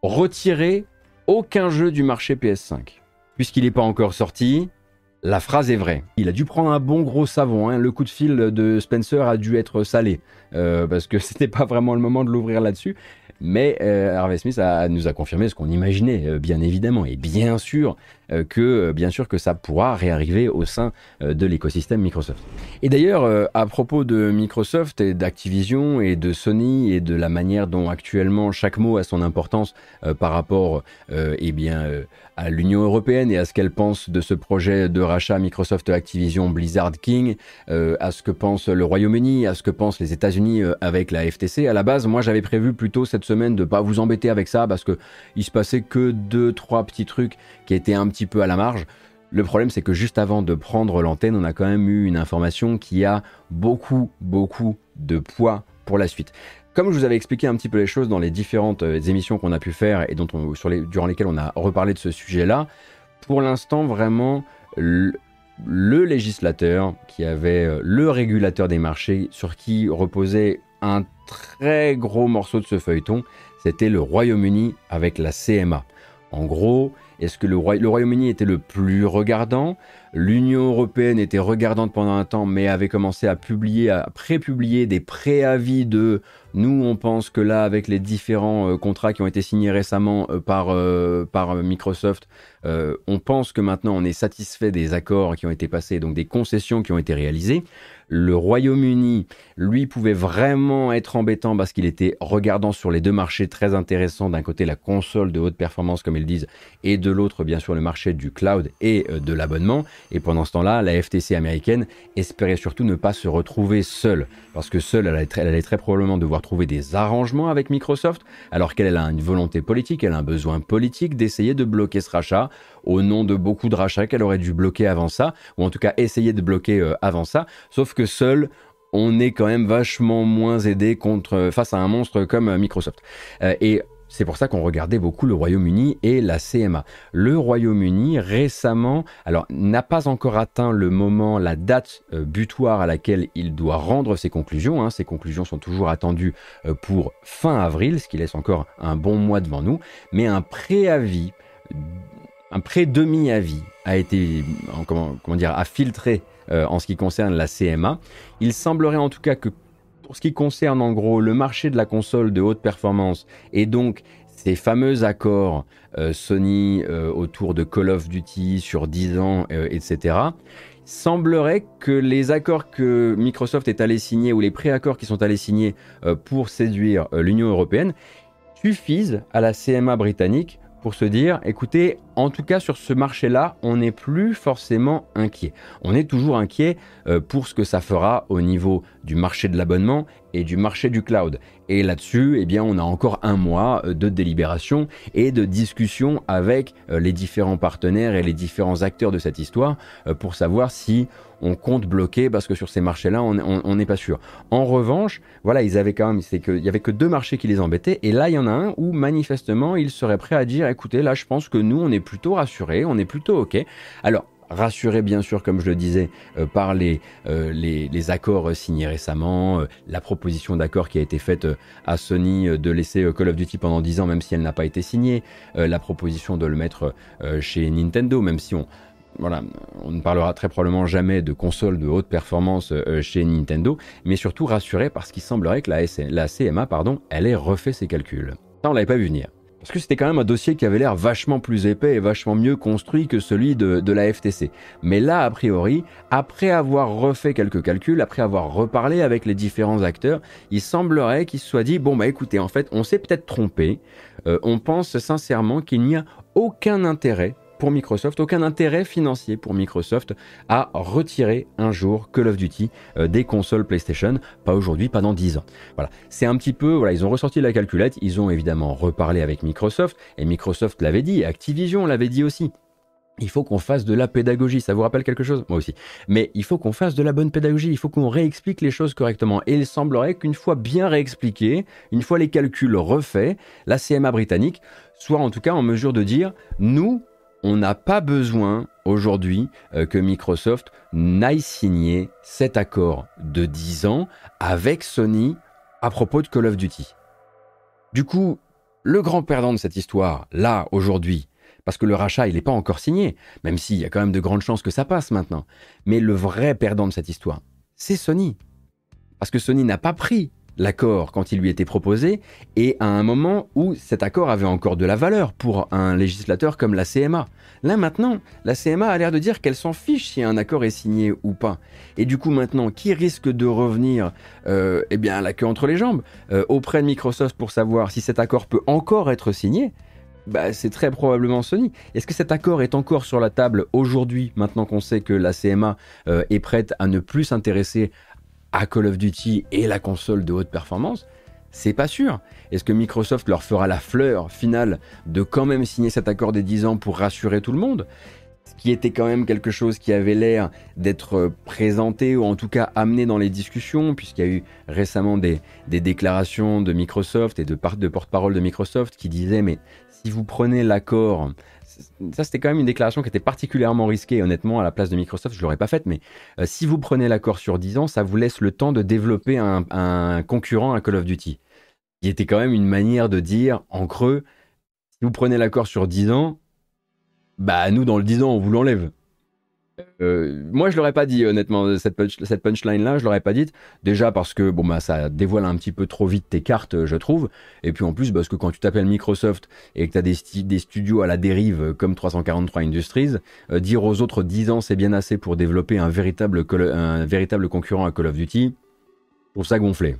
Speaker 1: retiré aucun jeu du marché P S cinq. Puisqu'il n'est pas encore sorti, la phrase est vraie. Il a dû prendre un bon gros savon, hein. Le coup de fil de Spencer a dû être salé, euh, parce que c'était pas vraiment le moment de l'ouvrir là-dessus. Mais euh, Harvey Smith a, nous a confirmé ce qu'on imaginait, euh, bien évidemment, et bien sûr euh, que euh, bien sûr que ça pourra réarriver au sein euh, de l'écosystème Microsoft. Et d'ailleurs, euh, à propos de Microsoft et d'Activision et de Sony et de la manière dont actuellement chaque mot a son importance euh, par rapport euh, eh bien, euh, à l'Union européenne et à ce qu'elle pense de ce projet de rachat Microsoft Activision Blizzard King, euh, à ce que pense le Royaume-Uni, à ce que pensent les États-Unis euh, avec la F T C. À la base, moi j'avais prévu plutôt cette semaine de pas vous embêter avec ça parce que il se passait que deux trois petits trucs qui étaient un petit peu à la marge. Le problème, c'est que juste avant de prendre l'antenne, on a quand même eu une information qui a beaucoup beaucoup de poids pour la suite. Comme je vous avais expliqué un petit peu les choses dans les différentes émissions qu'on a pu faire et dont on, sur les, durant lesquelles on a reparlé de ce sujet-là, pour l'instant vraiment le, le législateur qui avait le régulateur des marchés sur qui reposait un très gros morceau de ce feuilleton, c'était le Royaume-Uni avec la C M A. En gros, est-ce que le, Roy- le Royaume-Uni était le plus regardant ? L'Union européenne était regardante pendant un temps, mais avait commencé à publier, à pré-publier des préavis de nous, on pense que là, avec les différents euh, contrats qui ont été signés récemment euh, par, euh, par Microsoft, euh, on pense que maintenant on est satisfait des accords qui ont été passés, donc des concessions qui ont été réalisées. Le Royaume-Uni, lui, pouvait vraiment être embêtant parce qu'il était regardant sur les deux marchés très intéressants. D'un côté, la console de haute performance, comme ils disent, et de l'autre, bien sûr, le marché du cloud et euh, de l'abonnement. Et pendant ce temps-là, la F T C américaine espérait surtout ne pas se retrouver seule, parce que seule, elle allait très, elle allait très probablement devoir trouver des arrangements avec Microsoft, alors qu'elle elle a une volonté politique, elle a un besoin politique d'essayer de bloquer ce rachat, au nom de beaucoup de rachats qu'elle aurait dû bloquer avant ça, ou en tout cas essayer de bloquer euh, avant ça, sauf que seul, on est quand même vachement moins aidé contre, face à un monstre comme euh, Microsoft. Euh, et c'est pour ça qu'on regardait beaucoup le Royaume-Uni et la C M A. Le Royaume-Uni, récemment, alors n'a pas encore atteint le moment, la date euh, butoir à laquelle il doit rendre ses conclusions. Hein. Ses conclusions sont toujours attendues euh, pour fin avril, ce qui laisse encore un bon mois devant nous. Mais un préavis, un pré-demi-avis a été, comment, comment dire, a filtré euh, en ce qui concerne la C M A. Il semblerait en tout cas que pour ce qui concerne en gros le marché de la console de haute performance et donc ces fameux accords euh, Sony euh, autour de Call of Duty sur dix ans, euh, et cetera, semblerait que les accords que Microsoft est allé signer ou les pré-accords qui sont allés signer euh, pour séduire euh, l'Union européenne suffisent à la C M A britannique pour se dire, écoutez, en tout cas sur ce marché-là, on n'est plus forcément inquiet. On est toujours inquiet euh, pour ce que ça fera au niveau du marché de l'abonnement et du marché du cloud. Et là-dessus, eh bien, on a encore un mois de délibération et de discussion avec euh, les différents partenaires et les différents acteurs de cette histoire euh, pour savoir si on compte bloquer, parce que sur ces marchés-là, on n'est pas sûr. En revanche, voilà, ils avaient quand même, c'est que, il y avait que deux marchés qui les embêtaient, et là, il y en a un où manifestement, ils seraient prêts à dire, écoutez, là, je pense que nous, on est plutôt rassurés, on est plutôt ok. Alors, rassurés bien sûr, comme je le disais, euh, par les, euh, les, les accords signés récemment, euh, la proposition d'accord qui a été faite euh, à Sony euh, de laisser euh, Call of Duty pendant dix ans, même si elle n'a pas été signée, euh, la proposition de le mettre euh, chez Nintendo, même si on voilà, on ne parlera très probablement jamais de console de haute performance euh, chez Nintendo, mais surtout rassuré parce qu'il semblerait que la, S la C M A, pardon, elle ait refait ses calculs. Ça, on l'avait pas vu venir. Parce que c'était quand même un dossier qui avait l'air vachement plus épais et vachement mieux construit que celui de, de la F T C. Mais là, a priori, après avoir refait quelques calculs, après avoir reparlé avec les différents acteurs, il semblerait qu'ils se soient dit, bon bah écoutez, en fait, on s'est peut-être trompé, euh, on pense sincèrement qu'il n'y a aucun intérêt pour Microsoft, aucun intérêt financier pour Microsoft à retirer un jour Call of Duty euh, des consoles PlayStation, pas aujourd'hui, pas dans dix ans. Voilà, c'est un petit peu, voilà, ils ont ressorti la calculette, ils ont évidemment reparlé avec Microsoft, et Microsoft l'avait dit, Activision l'avait dit aussi. Il faut qu'on fasse de la pédagogie, ça vous rappelle quelque chose? Moi aussi. Mais il faut qu'on fasse de la bonne pédagogie, il faut qu'on réexplique les choses correctement. Et il semblerait qu'une fois bien réexpliqué, une fois les calculs refaits, la C M A britannique soit en tout cas en mesure de dire, nous, on n'a pas besoin aujourd'hui euh, que Microsoft n'aille signer cet accord de dix ans avec Sony à propos de Call of Duty. Du coup, le grand perdant de cette histoire, là, aujourd'hui, parce que le rachat, il n'est pas encore signé, même s'il y a quand même de grandes chances que ça passe maintenant, mais le vrai perdant de cette histoire, c'est Sony. Parce que Sony n'a pas pris l'accord quand il lui était proposé, et à un moment où cet accord avait encore de la valeur pour un législateur comme la C M A. Là maintenant, la C M A a l'air de dire qu'elle s'en fiche si un accord est signé ou pas. Et du coup maintenant, qui risque de revenir euh, eh bien, la queue entre les jambes euh, auprès de Microsoft pour savoir si cet accord peut encore être signé? Bah, c'est très probablement Sony. Est-ce que cet accord est encore sur la table aujourd'hui, maintenant qu'on sait que la C M A euh, est prête à ne plus s'intéresser à Call of Duty et la console de haute performance? C'est pas sûr. Est-ce que Microsoft leur fera la fleur finale de quand même signer cet accord des dix ans pour rassurer tout le monde? Ce qui était quand même quelque chose qui avait l'air d'être présenté ou en tout cas amené dans les discussions, puisqu'il y a eu récemment des, des déclarations de Microsoft et de, de porte-parole de Microsoft qui disaient mais si vous prenez l'accord... Ça, c'était quand même une déclaration qui était particulièrement risquée, honnêtement, à la place de Microsoft, je ne l'aurais pas faite, mais euh, si vous prenez l'accord sur dix ans, ça vous laisse le temps de développer un, un concurrent à Call of Duty. Qui était quand même une manière de dire, en creux, si vous prenez l'accord sur dix ans, bah nous, dans le dix ans, on vous l'enlève. Euh, moi, je l'aurais pas dit, honnêtement, cette, punch, cette punchline-là, je l'aurais pas dite. Déjà parce que bon, bah, ça dévoile un petit peu trop vite tes cartes, je trouve. Et puis en plus, parce que quand tu t'appelles Microsoft et que tu as des, sti- des studios à la dérive comme trois cent quarante-trois Industries, euh, dire aux autres dix ans, c'est bien assez pour développer un véritable, un véritable concurrent à Call of Duty, je trouve ça gonflé.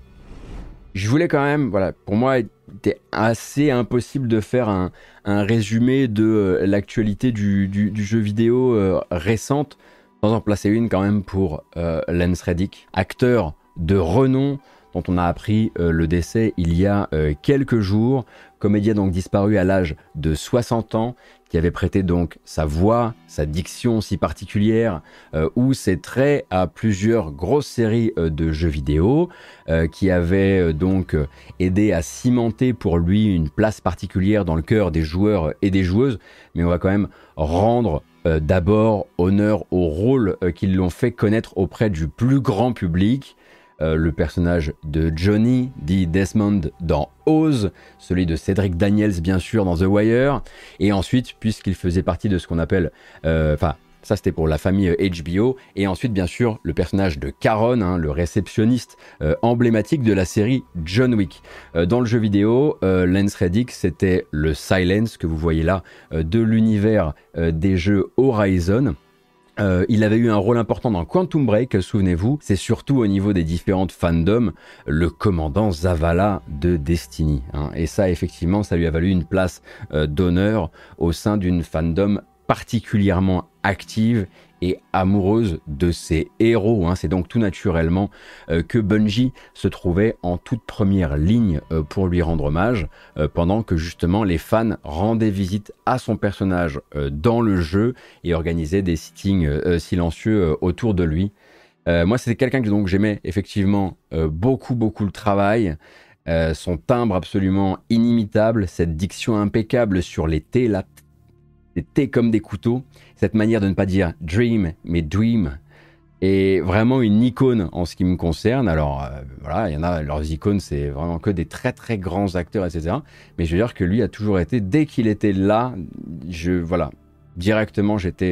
Speaker 1: Je voulais quand même, voilà, pour moi, il était assez impossible de faire un, un résumé de euh, l'actualité du, du, du jeu vidéo euh, récente, sans en placer une quand même pour euh, Lance Reddick, acteur de renom dont on a appris euh, le décès il y a euh, quelques jours, comédien donc disparu à l'âge de soixante ans, qui avait prêté donc sa voix, sa diction si particulière, euh, ou ses traits à plusieurs grosses séries euh, de jeux vidéo, euh, qui avait euh, donc euh, aidé à cimenter pour lui une place particulière dans le cœur des joueurs et des joueuses, mais on va quand même rendre euh, d'abord honneur au rôle euh, qu'ils l'ont fait connaître auprès du plus grand public. Euh, le personnage de Johnny, dit Desmond dans Oz, celui de Cédric Daniels bien sûr dans The Wire, et ensuite puisqu'il faisait partie de ce qu'on appelle, enfin euh, ça c'était pour la famille H B O, et ensuite bien sûr le personnage de Caron, hein, le réceptionniste euh, emblématique de la série John Wick. Euh, dans le jeu vidéo, euh, Lance Reddick c'était le Silence que vous voyez là euh, de l'univers euh, des jeux Horizon. Euh, il avait eu un rôle important dans Quantum Break, souvenez-vous, c'est surtout au niveau des différentes fandoms, le commandant Zavala de Destiny. Hein. Et ça, effectivement, ça lui a valu une place euh, d'honneur au sein d'une fandom particulièrement active et amoureuse de ses héros. Hein. C'est donc tout naturellement euh, que Bungie se trouvait en toute première ligne euh, pour lui rendre hommage, euh, pendant que justement les fans rendaient visite à son personnage euh, dans le jeu et organisaient des sittings euh, silencieux euh, autour de lui. Euh, moi, c'était quelqu'un que donc j'aimais effectivement euh, beaucoup, beaucoup le travail. Euh, son timbre absolument inimitable, cette diction impeccable sur les T, là, des T comme des couteaux, cette manière de ne pas dire dream mais dream, est vraiment une icône en ce qui me concerne. Alors euh, voilà, il y en a, leurs icônes c'est vraiment que des très très grands acteurs, et cetera. Mais je veux dire que lui a toujours été, dès qu'il était là, je voilà, directement j'étais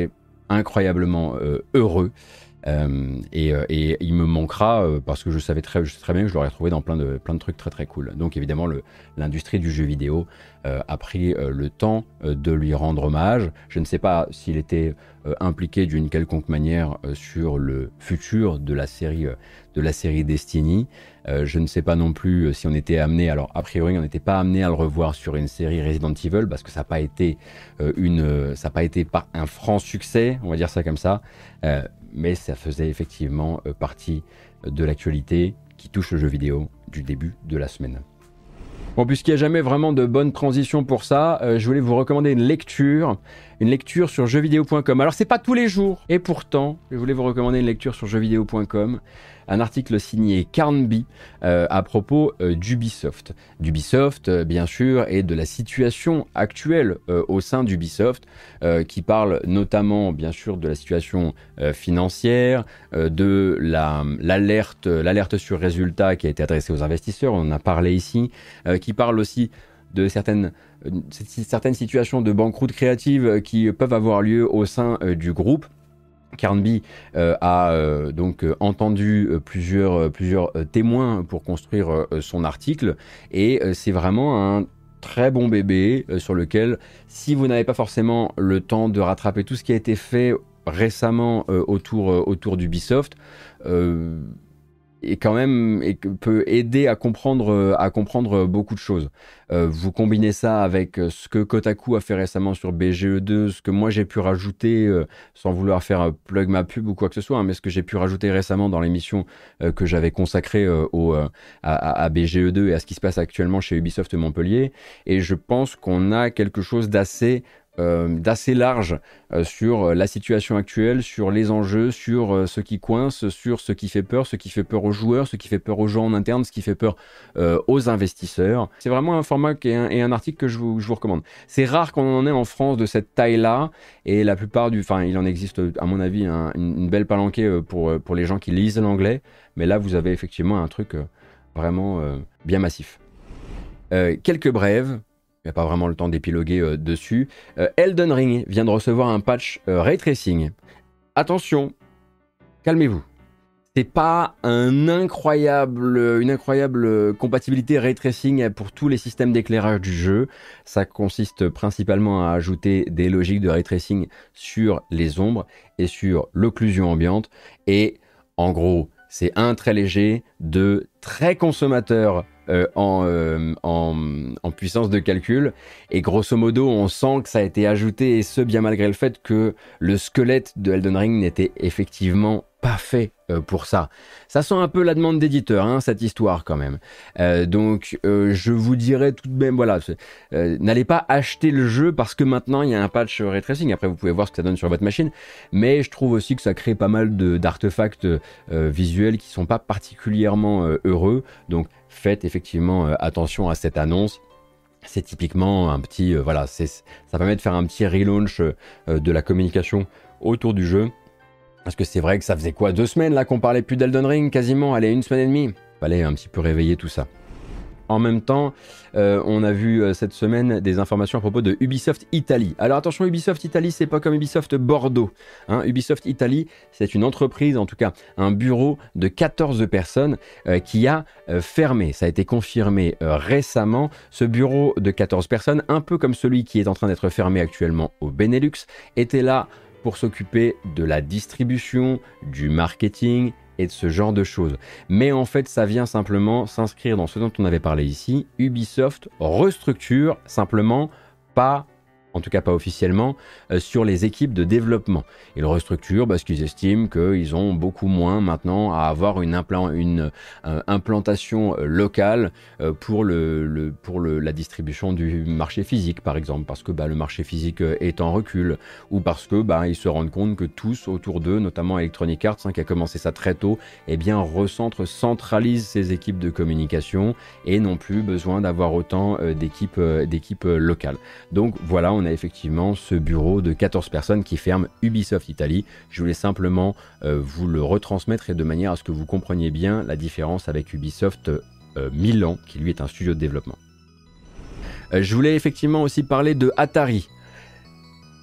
Speaker 1: incroyablement euh, heureux. Euh, et, et il me manquera euh, parce que je savais très, je sais très bien que je l'aurais retrouvé dans plein de, plein de trucs très très cool. Donc évidemment le, l'industrie du jeu vidéo euh, a pris euh, le temps euh, de lui rendre hommage. Je ne sais pas s'il était euh, impliqué d'une quelconque manière euh, sur le futur de la série, euh, de la série Destiny. Euh, je ne sais pas non plus euh, si on était amené, alors a priori on n'était pas amené à le revoir sur une série Resident Evil parce que ça n'a pas été euh, une, euh, ça n'a pas été par un franc succès, on va dire ça comme ça. Euh, mais ça faisait effectivement euh, partie de l'actualité qui touche le jeu vidéo du début de la semaine. Bon, puisqu'il n'y a jamais vraiment de bonne transition pour ça, euh, je voulais vous recommander une lecture, une lecture sur jeux vidéo point com. Alors c'est pas tous les jours, et pourtant, je voulais vous recommander une lecture sur jeux vidéo point com, un article signé Carnby euh, à propos euh, d'Ubisoft. D'Ubisoft, euh, bien sûr, et de la situation actuelle euh, au sein d'Ubisoft, euh, qui parle notamment, bien sûr, de la situation euh, financière, euh, de la, l'alerte, l'alerte sur résultat qui a été adressée aux investisseurs, on en a parlé ici, euh, qui parle aussi de certaines, euh, certaines situations de banqueroute créative qui peuvent avoir lieu au sein euh, du groupe. Carnby euh, a euh, donc euh, entendu euh, plusieurs, euh, plusieurs euh, témoins pour construire euh, son article et euh, c'est vraiment un très bon bébé euh, sur lequel, si vous n'avez pas forcément le temps de rattraper tout ce qui a été fait récemment euh, autour, euh, autour d'Ubisoft, euh, et quand même et peut aider à comprendre, à comprendre beaucoup de choses. Euh, vous combinez ça avec ce que Kotaku a fait récemment sur B G E deux, ce que moi j'ai pu rajouter, euh, sans vouloir faire plug ma pub ou quoi que ce soit, hein, mais ce que j'ai pu rajouter récemment dans l'émission euh, que j'avais consacrée euh, au, euh, à, à B G E deux et à ce qui se passe actuellement chez Ubisoft Montpellier. Et je pense qu'on a quelque chose d'assez Euh, d'assez large euh, sur la situation actuelle, sur les enjeux, sur euh, ce qui coince, sur ce qui fait peur, ce qui fait peur aux joueurs, ce qui fait peur aux gens en interne, ce qui fait peur euh, aux investisseurs. C'est vraiment un format et un, et un article que je vous, je vous recommande. C'est rare qu'on en ait en France de cette taille-là, et la plupart du... Enfin, il en existe, à mon avis, un, une, une belle palanquée pour, pour les gens qui lisent l'anglais, mais là, vous avez effectivement un truc euh, vraiment euh, bien massif. Euh, quelques brèves. Il n'y a pas vraiment le temps d'épiloguer euh, dessus. Euh, Elden Ring vient de recevoir un patch euh, Ray Tracing. Attention, calmez-vous. C'est pas un incroyable, une incroyable compatibilité Ray Tracing pour tous les systèmes d'éclairage du jeu. Ça consiste principalement à ajouter des logiques de Ray Tracing sur les ombres et sur l'occlusion ambiante. Et en gros, c'est un très léger, deux très consommateurs Euh, en, euh, en, en puissance de calcul, et grosso modo on sent que ça a été ajouté, et ce bien malgré le fait que le squelette de Elden Ring n'était effectivement pas fait euh, pour ça. Ça sent un peu la demande d'éditeur, hein, cette histoire quand même. Euh, donc euh, je vous dirais tout de même, voilà, euh, n'allez pas acheter le jeu parce que maintenant il y a un patch Ray Tracing. Après vous pouvez voir ce que ça donne sur votre machine, mais je trouve aussi que ça crée pas mal de, d'artefacts euh, visuels qui sont pas particulièrement euh, heureux. Donc faites effectivement euh, attention à cette annonce. C'est typiquement un petit, euh, voilà, c'est, ça permet de faire un petit relaunch euh, de la communication autour du jeu. Parce que c'est vrai que ça faisait quoi, deux semaines là qu'on parlait plus d'Elden Ring, quasiment, allez, une semaine et demie. Fallait un petit peu réveiller tout ça. En même temps, euh, on a vu euh, cette semaine des informations à propos de Ubisoft Italie. Alors attention, Ubisoft Italie, c'est pas comme Ubisoft Bordeaux. Hein. Ubisoft Italie, c'est une entreprise, en tout cas un bureau de quatorze personnes euh, qui a euh, fermé. Ça a été confirmé euh, récemment. Ce bureau de quatorze personnes, un peu comme celui qui est en train d'être fermé actuellement au Benelux, était là pour s'occuper de la distribution, du marketing et de ce genre de choses. Mais en fait, ça vient simplement s'inscrire dans ce dont on avait parlé ici. Ubisoft restructure simplement, pas, en tout cas pas officiellement, euh, sur les équipes de développement. Ils restructurent parce qu'ils estiment qu'ils ont beaucoup moins maintenant à avoir une, implant, une euh, implantation locale euh, pour, le, le, pour le, la distribution du marché physique, par exemple, parce que bah, le marché physique est en recul, ou parce que bah, ils se rendent compte que tous autour d'eux, notamment Electronic Arts, hein, qui a commencé ça très tôt, eh bien recentre, centralise ses équipes de communication et n'ont plus besoin d'avoir autant euh, d'équipes, euh, d'équipes euh, locales. Donc voilà, on a effectivement ce bureau de quatorze personnes qui ferme Ubisoft Italie. Je voulais simplement euh, vous le retransmettre et de manière à ce que vous compreniez bien la différence avec Ubisoft euh, Milan, qui lui est un studio de développement. Euh, je voulais effectivement aussi parler de Atari.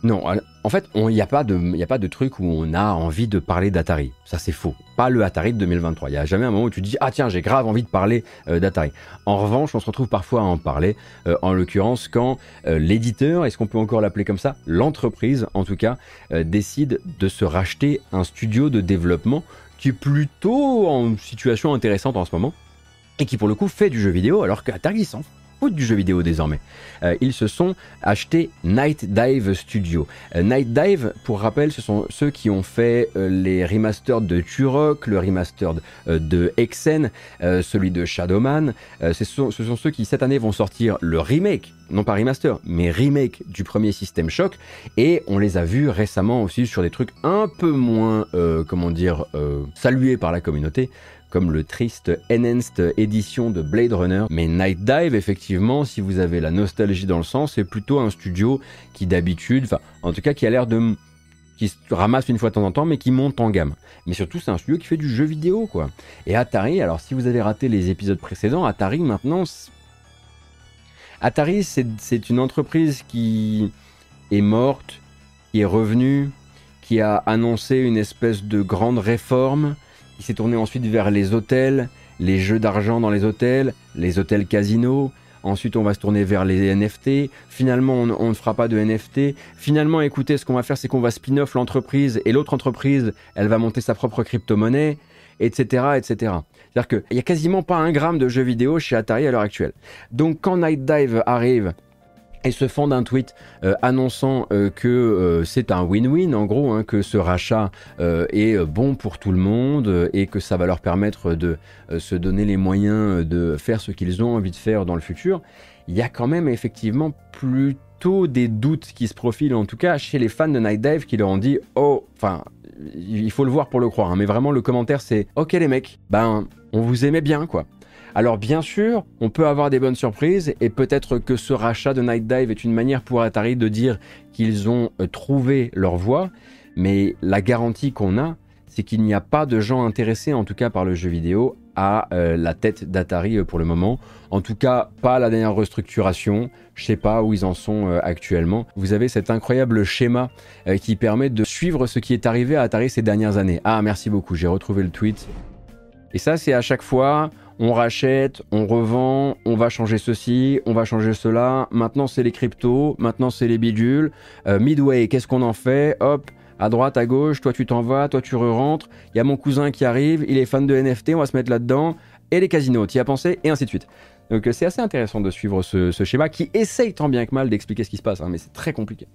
Speaker 1: Non, en fait, il n'y a, a pas de truc où on a envie de parler d'Atari. Ça, c'est faux. Pas le Atari de deux mille vingt-trois. Il n'y a jamais un moment où tu te dis « Ah tiens, j'ai grave envie de parler euh, d'Atari ». En revanche, on se retrouve parfois à en parler, euh, en l'occurrence quand euh, l'éditeur, est-ce qu'on peut encore l'appeler comme ça, l'entreprise en tout cas, euh, décide de se racheter un studio de développement qui est plutôt en situation intéressante en ce moment et qui pour le coup fait du jeu vidéo alors qu'Atari s'en fout du jeu vidéo désormais. Euh, ils se sont achetés Night Dive Studio. Euh, Night Dive, pour rappel, ce sont ceux qui ont fait euh, les remasters de Turok, le remaster euh, de Hexen, euh, celui de Shadowman. Euh, ce, sont, ce sont ceux qui cette année vont sortir le remake, non pas remaster, mais remake du premier System Shock. Et on les a vus récemment aussi sur des trucs un peu moins, euh, comment dire, euh, salués par la communauté, comme le triste Enhanced Edition de Blade Runner. Mais Night Dive, effectivement, si vous avez la nostalgie dans le sang, c'est plutôt un studio qui d'habitude, enfin, en tout cas qui a l'air de... qui se ramasse une fois de temps en temps, mais qui monte en gamme. Mais surtout, c'est un studio qui fait du jeu vidéo, quoi. Et Atari, alors si vous avez raté les épisodes précédents, Atari, maintenant... Atari, c'est une entreprise qui est morte, qui est revenue, qui a annoncé une espèce de grande réforme, qui s'est tourné ensuite vers les hôtels, les jeux d'argent dans les hôtels, les hôtels casinos. Ensuite, on va se tourner vers les N F T. Finalement, on, on ne fera pas de N F T. Finalement, écoutez, ce qu'on va faire, c'est qu'on va spin-off l'entreprise et l'autre entreprise, elle va monter sa propre crypto-monnaie, et cetera, et cetera. C'est-à-dire qu'il n'y a quasiment pas un gramme de jeux vidéo chez Atari à l'heure actuelle. Donc, quand Night Dive arrive et se fend d'un tweet euh, annonçant euh, que euh, c'est un win-win, en gros, hein, que ce rachat euh, est bon pour tout le monde euh, et que ça va leur permettre de euh, se donner les moyens de faire ce qu'ils ont envie de faire dans le futur, il y a quand même effectivement plutôt des doutes qui se profilent, en tout cas chez les fans de Night Dive qui leur ont dit « Oh, enfin, il faut le voir pour le croire, hein, mais vraiment le commentaire c'est « Ok les mecs, ben, on vous aimait bien, quoi ». Alors bien sûr, on peut avoir des bonnes surprises et peut-être que ce rachat de Night Dive est une manière pour Atari de dire qu'ils ont trouvé leur voie, mais la garantie qu'on a, c'est qu'il n'y a pas de gens intéressés, en tout cas par le jeu vidéo, à euh, la tête d'Atari pour le moment. En tout cas, pas la dernière restructuration, je sais pas où ils en sont euh, actuellement. Vous avez cet incroyable schéma euh, qui permet de suivre ce qui est arrivé à Atari ces dernières années. Ah, merci beaucoup, j'ai retrouvé le tweet. Et ça, c'est à chaque fois... On rachète, on revend, on va changer ceci, on va changer cela. Maintenant, c'est les cryptos, maintenant, c'est les bidules. Euh, Midway, qu'est-ce qu'on en fait? Hop, à droite, à gauche, toi tu t'en vas, toi tu re-rentres. Il y a mon cousin qui arrive, il est fan de N F T, on va se mettre là-dedans. Et les casinos, t'y as pensé? Et ainsi de suite. Donc c'est assez intéressant de suivre ce, ce schéma qui essaye tant bien que mal d'expliquer ce qui se passe, hein, mais c'est très compliqué.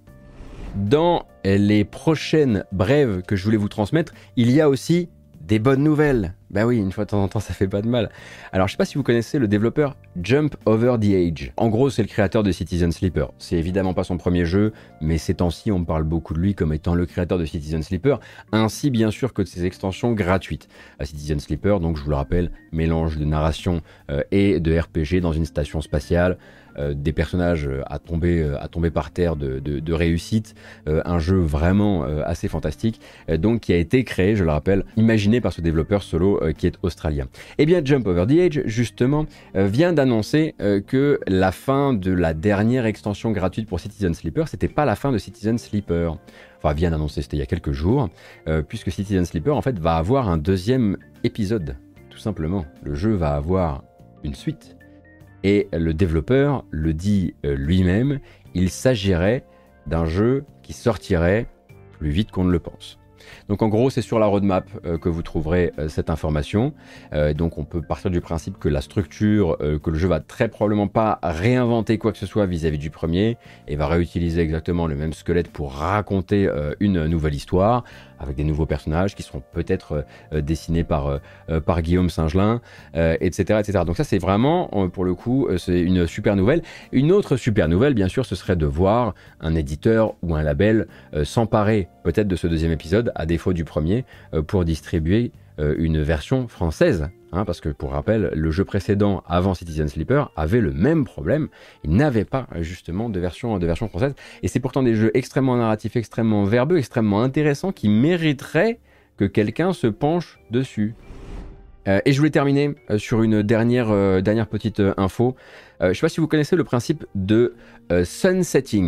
Speaker 1: Dans les prochaines brèves que je voulais vous transmettre, il y a aussi des bonnes nouvelles. Bah oui, une fois de temps en temps, ça fait pas de mal. Alors, je sais pas si vous connaissez le développeur Jump Over the Age. En gros, c'est le créateur de Citizen Sleeper. C'est évidemment pas son premier jeu, mais ces temps-ci, on parle beaucoup de lui comme étant le créateur de Citizen Sleeper, ainsi bien sûr que de ses extensions gratuites. À Citizen Sleeper, donc je vous le rappelle, mélange de narration euh, et de R P G dans une station spatiale. Euh, des personnages à tomber, à tomber par terre de, de, de réussite, euh, un jeu vraiment euh, assez fantastique, euh, donc qui a été créé, je le rappelle, imaginé par ce développeur solo euh, qui est australien. Et bien Jump Over the Age, justement, euh, vient d'annoncer euh, que la fin de la dernière extension gratuite pour Citizen Sleeper, c'était pas la fin de Citizen Sleeper. Enfin, vient d'annoncer, c'était il y a quelques jours, euh, puisque Citizen Sleeper, en fait, va avoir un deuxième épisode, tout simplement. Le jeu va avoir une suite. Et le développeur le dit euh, lui-même, il s'agirait d'un jeu qui sortirait plus vite qu'on ne le pense. Donc en gros, c'est sur la roadmap euh, que vous trouverez euh, cette information. Euh, donc on peut partir du principe que la structure, euh, que le jeu va très probablement pas réinventer quoi que ce soit vis-à-vis du premier, et va réutiliser exactement le même squelette pour raconter euh, une nouvelle histoire, avec des nouveaux personnages qui seront peut-être euh, dessinés par, euh, par Guillaume Singelin, euh, et cetera, et cetera. Donc ça, c'est vraiment, euh, pour le coup, euh, c'est une super nouvelle. Une autre super nouvelle, bien sûr, ce serait de voir un éditeur ou un label euh, s'emparer peut-être de ce deuxième épisode, à défaut du premier, euh, pour distribuer euh, une version française. Hein, parce que, pour rappel, le jeu précédent, avant Citizen Sleeper, avait le même problème. Il n'avait pas, justement, de version, de version française. Et c'est pourtant des jeux extrêmement narratifs, extrêmement verbeux, extrêmement intéressants, qui mériteraient que quelqu'un se penche dessus. Euh, et je voulais terminer euh, sur une dernière, euh, dernière petite euh, info. Euh, je ne sais pas si vous connaissez le principe de euh, sunsetting.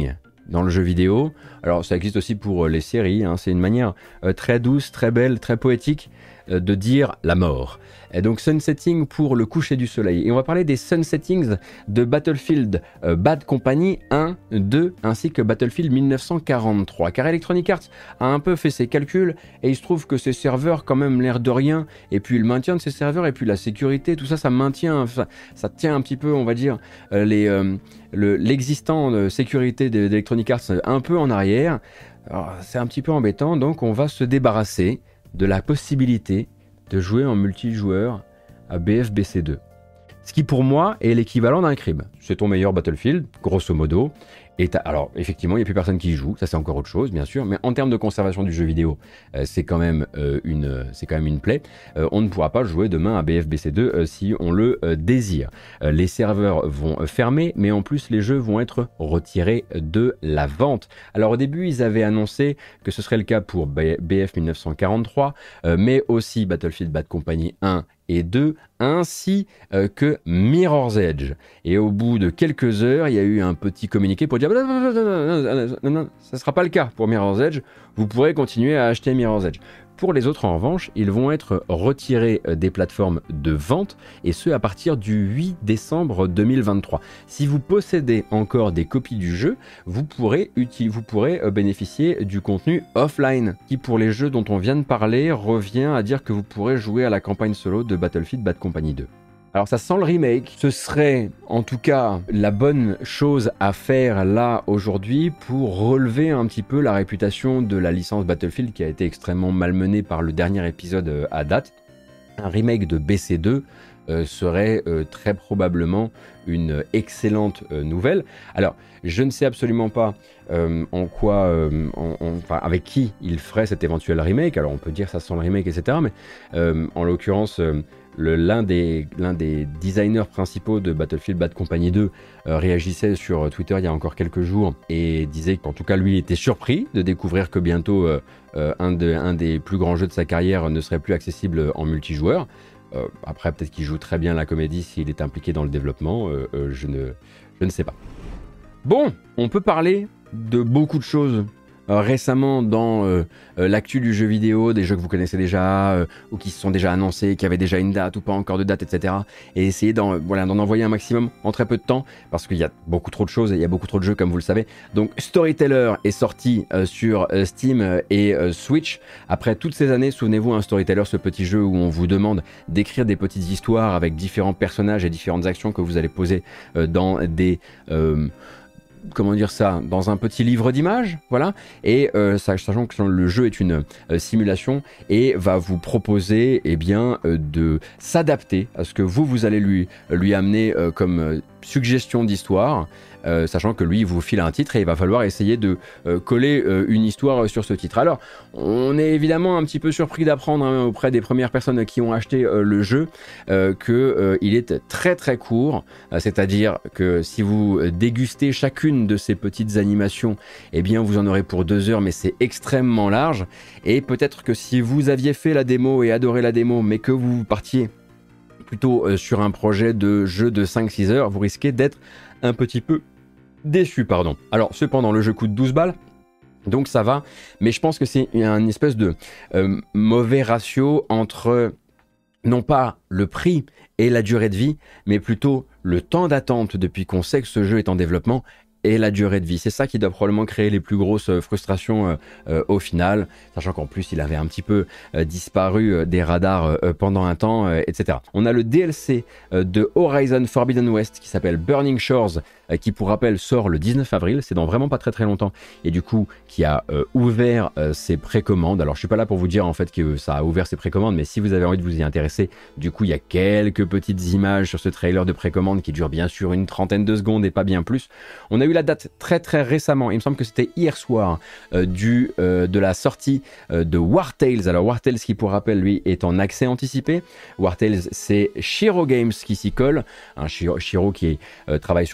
Speaker 1: dans le jeu vidéo. Alors ça existe aussi pour les séries, hein. C'est une manière euh, très douce, très belle, très poétique euh, de dire la mort. Et donc sunsetting pour le coucher du soleil. Et on va parler des sunsettings de Battlefield euh, Bad Company un, deux, ainsi que Battlefield mille neuf cent quarante-trois. Car Electronic Arts a un peu fait ses calculs et il se trouve que ces serveurs, quand même, l'air de rien, et puis le maintien de ces serveurs, et puis la sécurité, tout ça, ça maintient, ça, ça tient un petit peu, on va dire, euh, les, euh, le, l'existant de sécurité d'Electronic Arts un peu en arrière. Alors, c'est un petit peu embêtant, donc on va se débarrasser de la possibilité de jouer en multijoueur à B F B C deux. Ce qui pour moi est l'équivalent d'un crime. C'est ton meilleur Battlefield, grosso modo. Et alors effectivement, il n'y a plus personne qui y joue, ça c'est encore autre chose bien sûr, mais en termes de conservation du jeu vidéo, euh, c'est quand même euh, une, c'est quand même une plaie. Euh, on ne pourra pas jouer demain à B F B C deux euh, si on le euh, désire. Euh, les serveurs vont euh, fermer, mais en plus les jeux vont être retirés de la vente. Alors au début, ils avaient annoncé que ce serait le cas pour B F mille neuf cent quarante-trois, euh, mais aussi Battlefield Bad Company un et deux, ainsi euh, que Mirror's Edge. Et au bout de quelques heures, il y a eu un petit communiqué pour dire non, non, non, non, non, non, ça ne sera pas le cas pour Mirror's Edge, vous pourrez continuer à acheter Mirror's Edge. Pour les autres, en revanche, ils vont être retirés des plateformes de vente, et ce à partir du huit décembre deux mille vingt-trois. Si vous possédez encore des copies du jeu, vous pourrez, uti- vous pourrez bénéficier du contenu offline, qui pour les jeux dont on vient de parler, revient à dire que vous pourrez jouer à la campagne solo de Battlefield Bad Company deux. Alors ça sent le remake, ce serait en tout cas la bonne chose à faire là aujourd'hui pour relever un petit peu la réputation de la licence Battlefield qui a été extrêmement malmenée par le dernier épisode à date. Un remake de B C deux euh, serait euh, très probablement une excellente euh, nouvelle. Alors je ne sais absolument pas euh, en quoi, euh, en, en, enfin, avec qui il ferait cet éventuel remake. Alors on peut dire ça sent le remake, et cetera. Mais euh, en l'occurrence... Euh, Le, l'un, des, l'un des designers principaux de Battlefield Bad Company deux euh, réagissait sur Twitter il y a encore quelques jours et disait qu'en tout cas lui il était surpris de découvrir que bientôt euh, euh, un, de, un des plus grands jeux de sa carrière ne serait plus accessible en multijoueur. Euh, après peut-être qu'il joue très bien la comédie s'il est impliqué dans le développement, euh, euh, je, ne, je ne sais pas. Bon, on peut parler de beaucoup de choses Euh, récemment dans euh, euh, l'actu du jeu vidéo, des jeux que vous connaissez déjà euh, ou qui se sont déjà annoncés, qui avaient déjà une date ou pas encore de date, et cetera. Et essayer d'en, voilà, d'en envoyer un maximum en très peu de temps parce qu'il y a beaucoup trop de choses et il y a beaucoup trop de jeux comme vous le savez. Donc Storyteller est sorti euh, sur euh, Steam et euh, Switch. Après toutes ces années, souvenez-vous, un Storyteller, ce petit jeu où on vous demande d'écrire des petites histoires avec différents personnages et différentes actions que vous allez poser euh, dans des... Euh, comment dire ça, dans un petit livre d'images, voilà, et euh, sachant que le jeu est une euh, simulation et va vous proposer eh bien, euh, de s'adapter à ce que vous, vous allez lui, lui amener euh, comme euh, suggestion d'histoire, euh, sachant que lui, il vous file un titre et il va falloir essayer de euh, coller euh, une histoire sur ce titre. Alors, on est évidemment un petit peu surpris d'apprendre hein, auprès des premières personnes qui ont acheté euh, le jeu euh, qu'il euh, est très très court, euh, c'est-à-dire que si vous dégustez chacune de ces petites animations, eh bien vous en aurez pour deux heures, mais c'est extrêmement large. Et peut-être que si vous aviez fait la démo et adoré la démo, mais que vous partiez plutôt euh, sur un projet de jeu de cinq six heures, vous risquez d'être un petit peu déçu, pardon. Alors cependant, le jeu coûte douze balles. Donc ça va, mais je pense que c'est une espèce de euh, mauvais ratio entre non pas le prix et la durée de vie, mais plutôt le temps d'attente depuis qu'on sait que ce jeu est en développement et la durée de vie. C'est ça qui doit probablement créer les plus grosses frustrations euh, euh, au final, sachant qu'en plus il avait un petit peu euh, disparu euh, des radars euh, pendant un temps, euh, et cetera. On a le D L C euh, de Horizon Forbidden West qui s'appelle Burning Shores, euh, qui pour rappel sort le dix-neuf avril, c'est dans vraiment pas très très longtemps, et du coup qui a euh, ouvert euh, ses précommandes. Alors je suis pas là pour vous dire en fait que ça a ouvert ses précommandes, mais si vous avez envie de vous y intéresser, du coup il y a quelques petites images sur ce trailer de précommande qui dure bien sûr une trentaine de secondes et pas bien plus. On a eu la date très très récemment, il me semble que c'était hier soir, euh, du, euh, de la sortie euh, de War Tales. Alors War Tales qui pour rappel lui est en accès anticipé. War Tales c'est Shiro Games qui s'y colle, un Shiro, Shiro qui euh, travaille sur plusieurs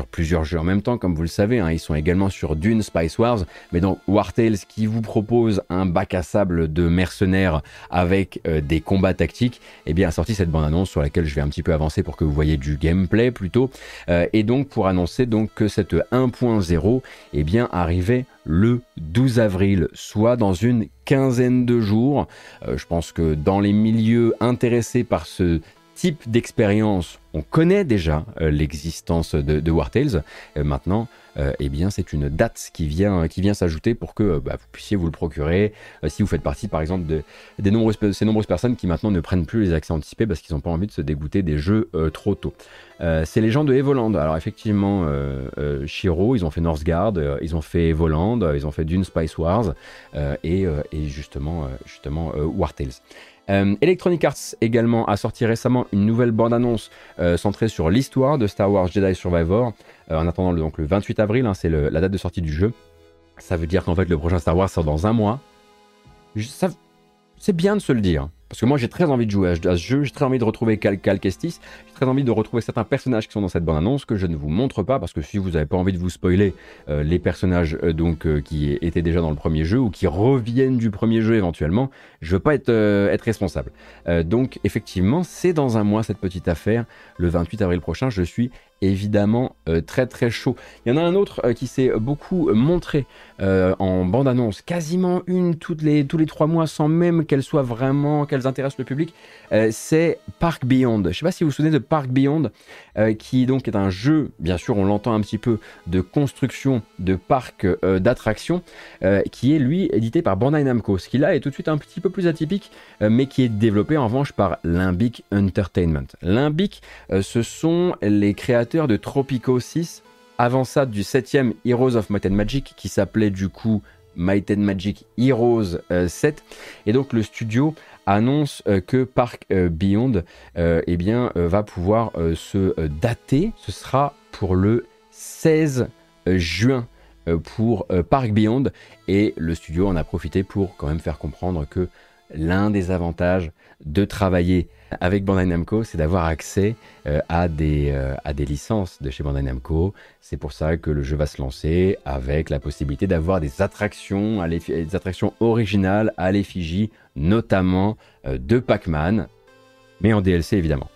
Speaker 1: jeux en même temps, comme vous le savez, hein, ils sont également sur Dune, Spice Wars, mais donc War Tales qui vous propose un bac à sable de mercenaires avec euh, des combats tactiques, eh bien a sorti cette bande-annonce sur laquelle je vais un petit peu avancer pour que vous voyez du gameplay plutôt, euh, et donc pour annoncer donc que cette un point zéro eh bien arrivait le douze avril, soit dans une quinzaine de jours. Euh, je pense que dans les milieux intéressés par ce type d'expérience, on connaît déjà euh, l'existence de, de War Tales. Euh, maintenant, euh, eh bien, c'est une date qui vient, qui vient s'ajouter pour que euh, bah, vous puissiez vous le procurer. Euh, si vous faites partie, par exemple, de des nombreuses, ces nombreuses personnes qui maintenant ne prennent plus les accès anticipés parce qu'ils n'ont pas envie de se dégoûter des jeux euh, trop tôt. Euh, c'est les gens de Evoland. Alors effectivement, euh, euh, Shiro, ils ont fait Northgard, euh, ils ont fait Evoland, euh, ils ont fait Dune, Spice Wars euh, et, euh, et justement, euh, justement euh, War Tales. Euh, Electronic Arts également a sorti récemment une nouvelle bande-annonce euh, centrée sur l'histoire de Star Wars Jedi Survivor. Euh, en attendant le, donc, le vingt-huit avril, hein, c'est le, la date de sortie du jeu. Ça veut dire qu'en fait le prochain Star Wars sort dans un mois. Je, ça, c'est bien de se le dire. Parce que moi j'ai très envie de jouer à ce jeu, j'ai très envie de retrouver Cal, Cal Kestis, j'ai très envie de retrouver certains personnages qui sont dans cette bande-annonce que je ne vous montre pas parce que si vous n'avez pas envie de vous spoiler euh, les personnages euh, donc, euh, qui étaient déjà dans le premier jeu ou qui reviennent du premier jeu éventuellement, je veux pas être, euh, être responsable. Euh, donc effectivement c'est dans un mois cette petite affaire, le vingt-huit avril prochain, je suis évidemment euh, très très chaud. Il y en a un autre euh, qui s'est beaucoup montré euh, en bande-annonce, quasiment une toutes les, tous les trois mois sans même qu'elle soit vraiment, qu'elles intéressent le public, euh, c'est Park Beyond. Je ne sais pas si vous vous souvenez de Park Beyond, euh, qui donc est un jeu, bien sûr on l'entend un petit peu, de construction de parcs euh, d'attractions, euh, qui est lui édité par Bandai Namco. Ce qui là est tout de suite un petit peu plus atypique, euh, mais qui est développé en revanche par Limbic Entertainment. Limbic, euh, ce sont les créateurs de Tropico six, avant ça du septième Heroes of Might and Magic qui s'appelait du coup Might and Magic Heroes euh, sept, et donc le studio annonce euh, que Park euh, Beyond euh, eh bien, euh, va pouvoir euh, se euh, dater, ce sera pour le seize juin euh, pour euh, Park Beyond, et le studio en a profité pour quand même faire comprendre que l'un des avantages de travailler avec Bandai Namco, c'est d'avoir accès euh, à, des, euh, à des licences de chez Bandai Namco. C'est pour ça que le jeu va se lancer avec la possibilité d'avoir des attractions, à des attractions originales à l'effigie, notamment euh, de Pac-Man, mais en D L C évidemment.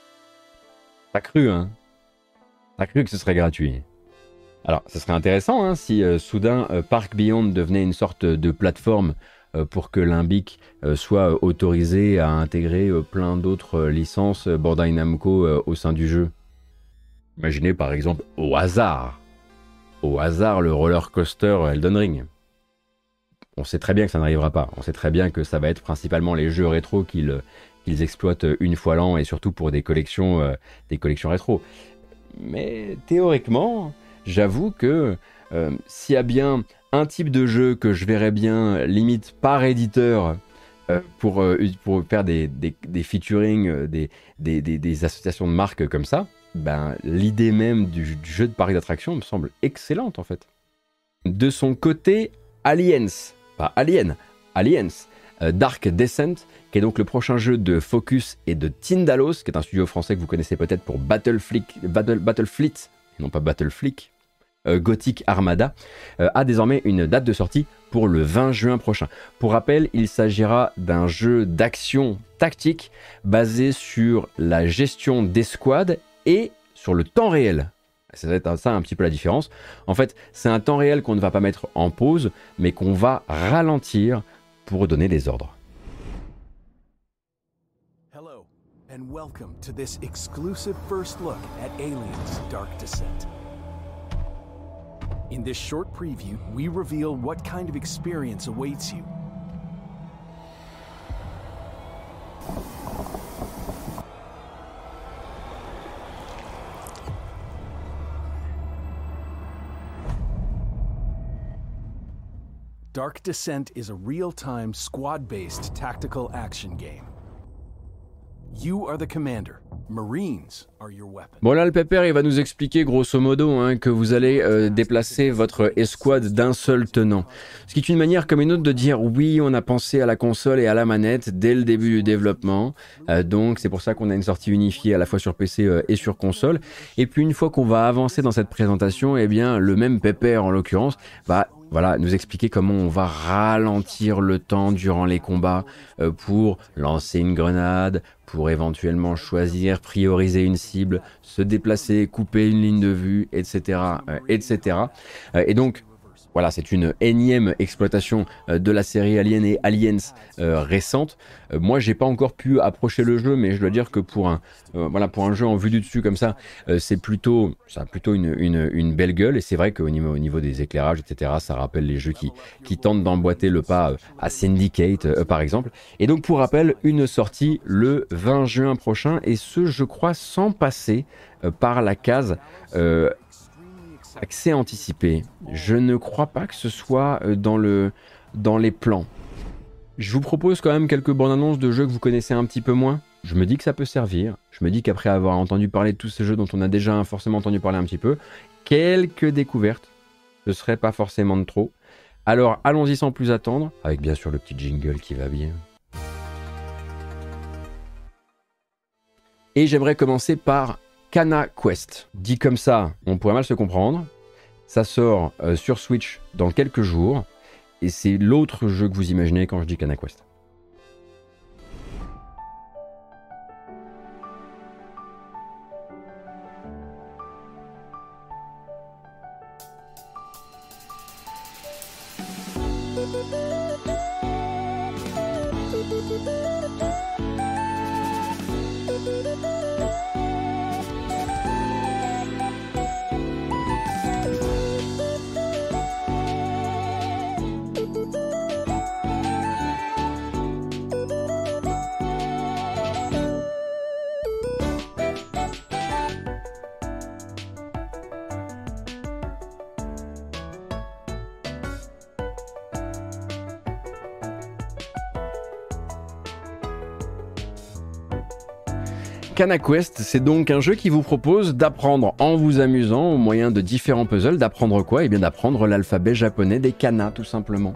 Speaker 1: T'as cru, hein? T'as cru que ce serait gratuit? Alors, ce serait intéressant hein, si euh, soudain euh, Park Beyond devenait une sorte de plateforme euh, pour que Limbic euh, soit euh, autorisé à intégrer euh, plein d'autres euh, licences euh, Bandai Namco euh, au sein du jeu. Imaginez par exemple au hasard, au hasard le roller coaster Elden Ring. On sait très bien que ça n'arrivera pas. On sait très bien que ça va être principalement les jeux rétro qu'ils qu'ils exploitent une fois l'an et surtout pour des collections, euh, des collections rétro. Mais théoriquement, j'avoue que euh, s'il y a bien un type de jeu que je verrais bien limite par éditeur euh, pour, euh, pour faire des, des, des featuring, euh, des, des, des, des associations de marques comme ça, ben, l'idée même du, du jeu de parc d'attractions me semble excellente en fait. De son côté, Aliens, pas Alien, Aliens, euh, Dark Descent, qui est donc le prochain jeu de Focus et de Tindalos, qui est un studio français que vous connaissez peut-être pour Battlefleet, Battle, Battlefleet, non pas Battlefleet, euh, Gothic Armada, euh, a désormais une date de sortie pour le vingt juin prochain. Pour rappel, il s'agira d'un jeu d'action tactique basé sur la gestion d'escouade et sur le temps réel. C'est ça un petit peu la différence. En fait, c'est un temps réel qu'on ne va pas mettre en pause, mais qu'on va ralentir pour donner des ordres.
Speaker 5: Hello, and welcome to this exclusive first look at Aliens: Dark Descent. In this short preview, we reveal what kind of experience awaits you. Dark Descent is a real-time, squad-based tactical action game. You are the commander, Marines are your weapon.
Speaker 1: Bon là le pépère il va nous expliquer grosso modo hein, que vous allez euh, déplacer votre escouade d'un seul tenant. Ce qui est une manière comme une autre de dire oui on a pensé à la console et à la manette dès le début du développement. Euh, donc c'est pour ça qu'on a une sortie unifiée à la fois sur P C euh, et sur console. Et puis une fois qu'on va avancer dans cette présentation, eh bien le même pépère en l'occurrence va voilà, nous expliquer comment on va ralentir le temps durant les combats euh, pour lancer une grenade, pour éventuellement choisir, prioriser une cible, se déplacer, couper une ligne de vue, et cetera, euh, et cetera. Euh, et donc, voilà, c'est une énième exploitation euh, de la série Alien et Aliens euh, récente. Euh, moi, j'ai pas encore pu approcher le jeu, mais je dois dire que pour un, euh, voilà, pour un jeu en vue du dessus comme ça, euh, c'est plutôt, ça a plutôt une, une, une belle gueule. Et c'est vrai qu'au niveau, au niveau des éclairages, et cetera, ça rappelle les jeux qui, qui tentent d'emboîter le pas euh, à Syndicate, euh, par exemple. Et donc, pour rappel, une sortie le vingt juin prochain, et ce, je crois, sans passer euh, par la case. Euh, Accès anticipé. Je ne crois pas que ce soit dans, le, dans les plans. Je vous propose quand même quelques bandes annonces de jeux que vous connaissez un petit peu moins. Je me dis que ça peut servir. Je me dis qu'après avoir entendu parler de tous ces jeux dont on a déjà forcément entendu parler un petit peu, quelques découvertes, ce serait pas forcément de trop. Alors allons-y sans plus attendre, avec bien sûr le petit jingle qui va bien. Et j'aimerais commencer par Kana Quest. Dit comme ça, on pourrait mal se comprendre. Ça sort euh, sur Switch dans quelques jours. Et c'est l'autre jeu que vous imaginez quand je dis Kana Quest. Kana Quest, c'est donc un jeu qui vous propose d'apprendre en vous amusant au moyen de différents puzzles. D'apprendre quoi ? Eh bien d'apprendre l'alphabet japonais des kana, tout simplement.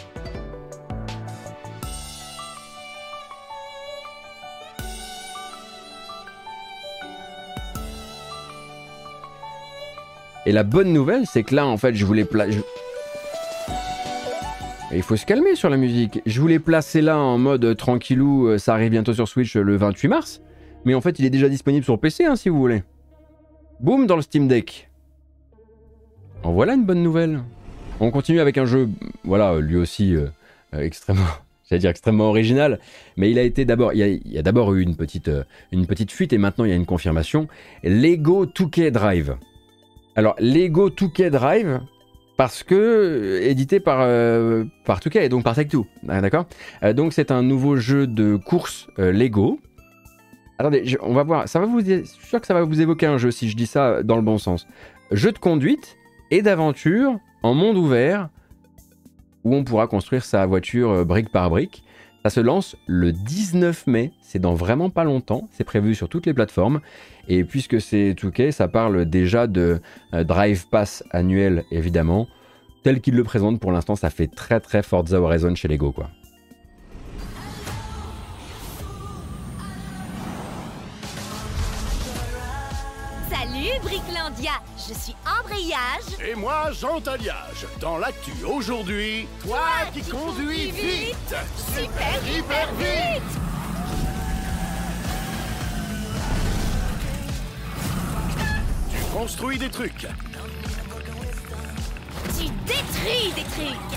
Speaker 1: Et la bonne nouvelle, c'est que là, en fait, je voulais... Pla... Je... Il faut se calmer sur la musique. Je voulais placer là en mode tranquillou, ça arrive bientôt sur Switch le vingt-huit mars. Mais en fait, il est déjà disponible sur P C, hein, si vous voulez. Boum, dans le Steam Deck. En voilà une bonne nouvelle. On continue avec un jeu, voilà, lui aussi euh, euh, extrêmement, j'allais dire extrêmement original. Mais il a été d'abord, il y a, il y a d'abord eu une petite, euh, une petite fuite et maintenant il y a une confirmation. Lego two K Drive. Alors, Lego two K Drive, parce que euh, édité par, euh, par two K et donc par Take-Two, d'accord. euh, Donc c'est un nouveau jeu de course euh, Lego. Attendez, je, on va voir, ça va vous, je suis sûr que ça va vous évoquer un jeu si je dis ça dans le bon sens. Jeu de conduite et d'aventure en monde ouvert où on pourra construire sa voiture brique par brique. Ça se lance le dix-neuf mai, c'est dans vraiment pas longtemps, c'est prévu sur toutes les plateformes. Et puisque c'est two K, ça parle déjà de euh, Drive Pass annuel évidemment. Tel qu'il le présente pour l'instant, ça fait très très Forza Horizon chez Lego quoi.
Speaker 6: Salut Bricklandia, je suis Embrayage.
Speaker 7: Et moi, Jean Taliage. Dans l'actu aujourd'hui, toi, toi qui, qui conduis vite, vite, super hyper vite. Tu construis des trucs.
Speaker 6: Tu détruis des trucs.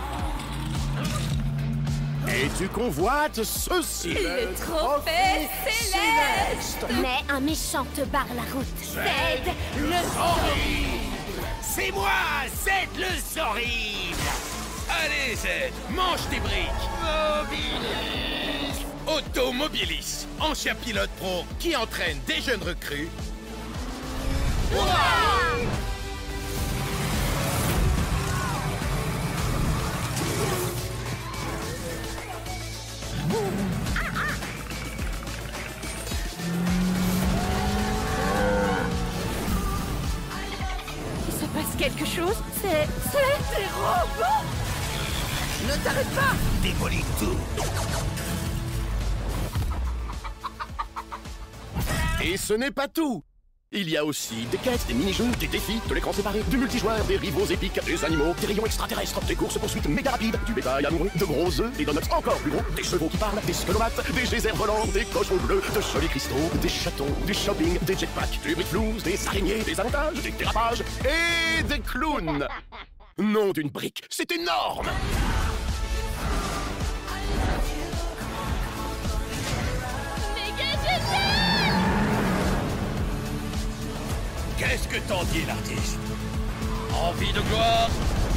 Speaker 7: Et tu convoites ceci.
Speaker 6: Le trophée céleste. Mais un méchant te barre la route. Zed le
Speaker 7: horrible. C'est moi, Zed le horrible.
Speaker 8: Allez Zed, mange tes briques. Mobilis. Automobilis, ancien pilote pro qui entraîne des jeunes recrues.
Speaker 6: Wow. quelque chose. C'est... c'est... des robots.
Speaker 4: Ne t'arrête pas!
Speaker 7: Démolis tout. Et ce n'est pas tout. Il y a aussi des quêtes, des mini-jeux, des défis, de l'écran séparé, du multijoueur, des rivaux épiques, des animaux, des rayons extraterrestres, des courses-poursuites méga rapides, du bétail amoureux, de gros œufs, des donuts encore plus gros, des chevaux qui parlent, des squelomates, des geysers volants, des cochons bleus, de jolis cristaux, des chatons, du shopping, des jetpacks, du brick-flouze, des araignées, des avantages, des dérapages et des clowns. Nom d'une brique, c'est énorme!
Speaker 8: Qu'est-ce que t'en dis, l'artiste? Envie de gloire?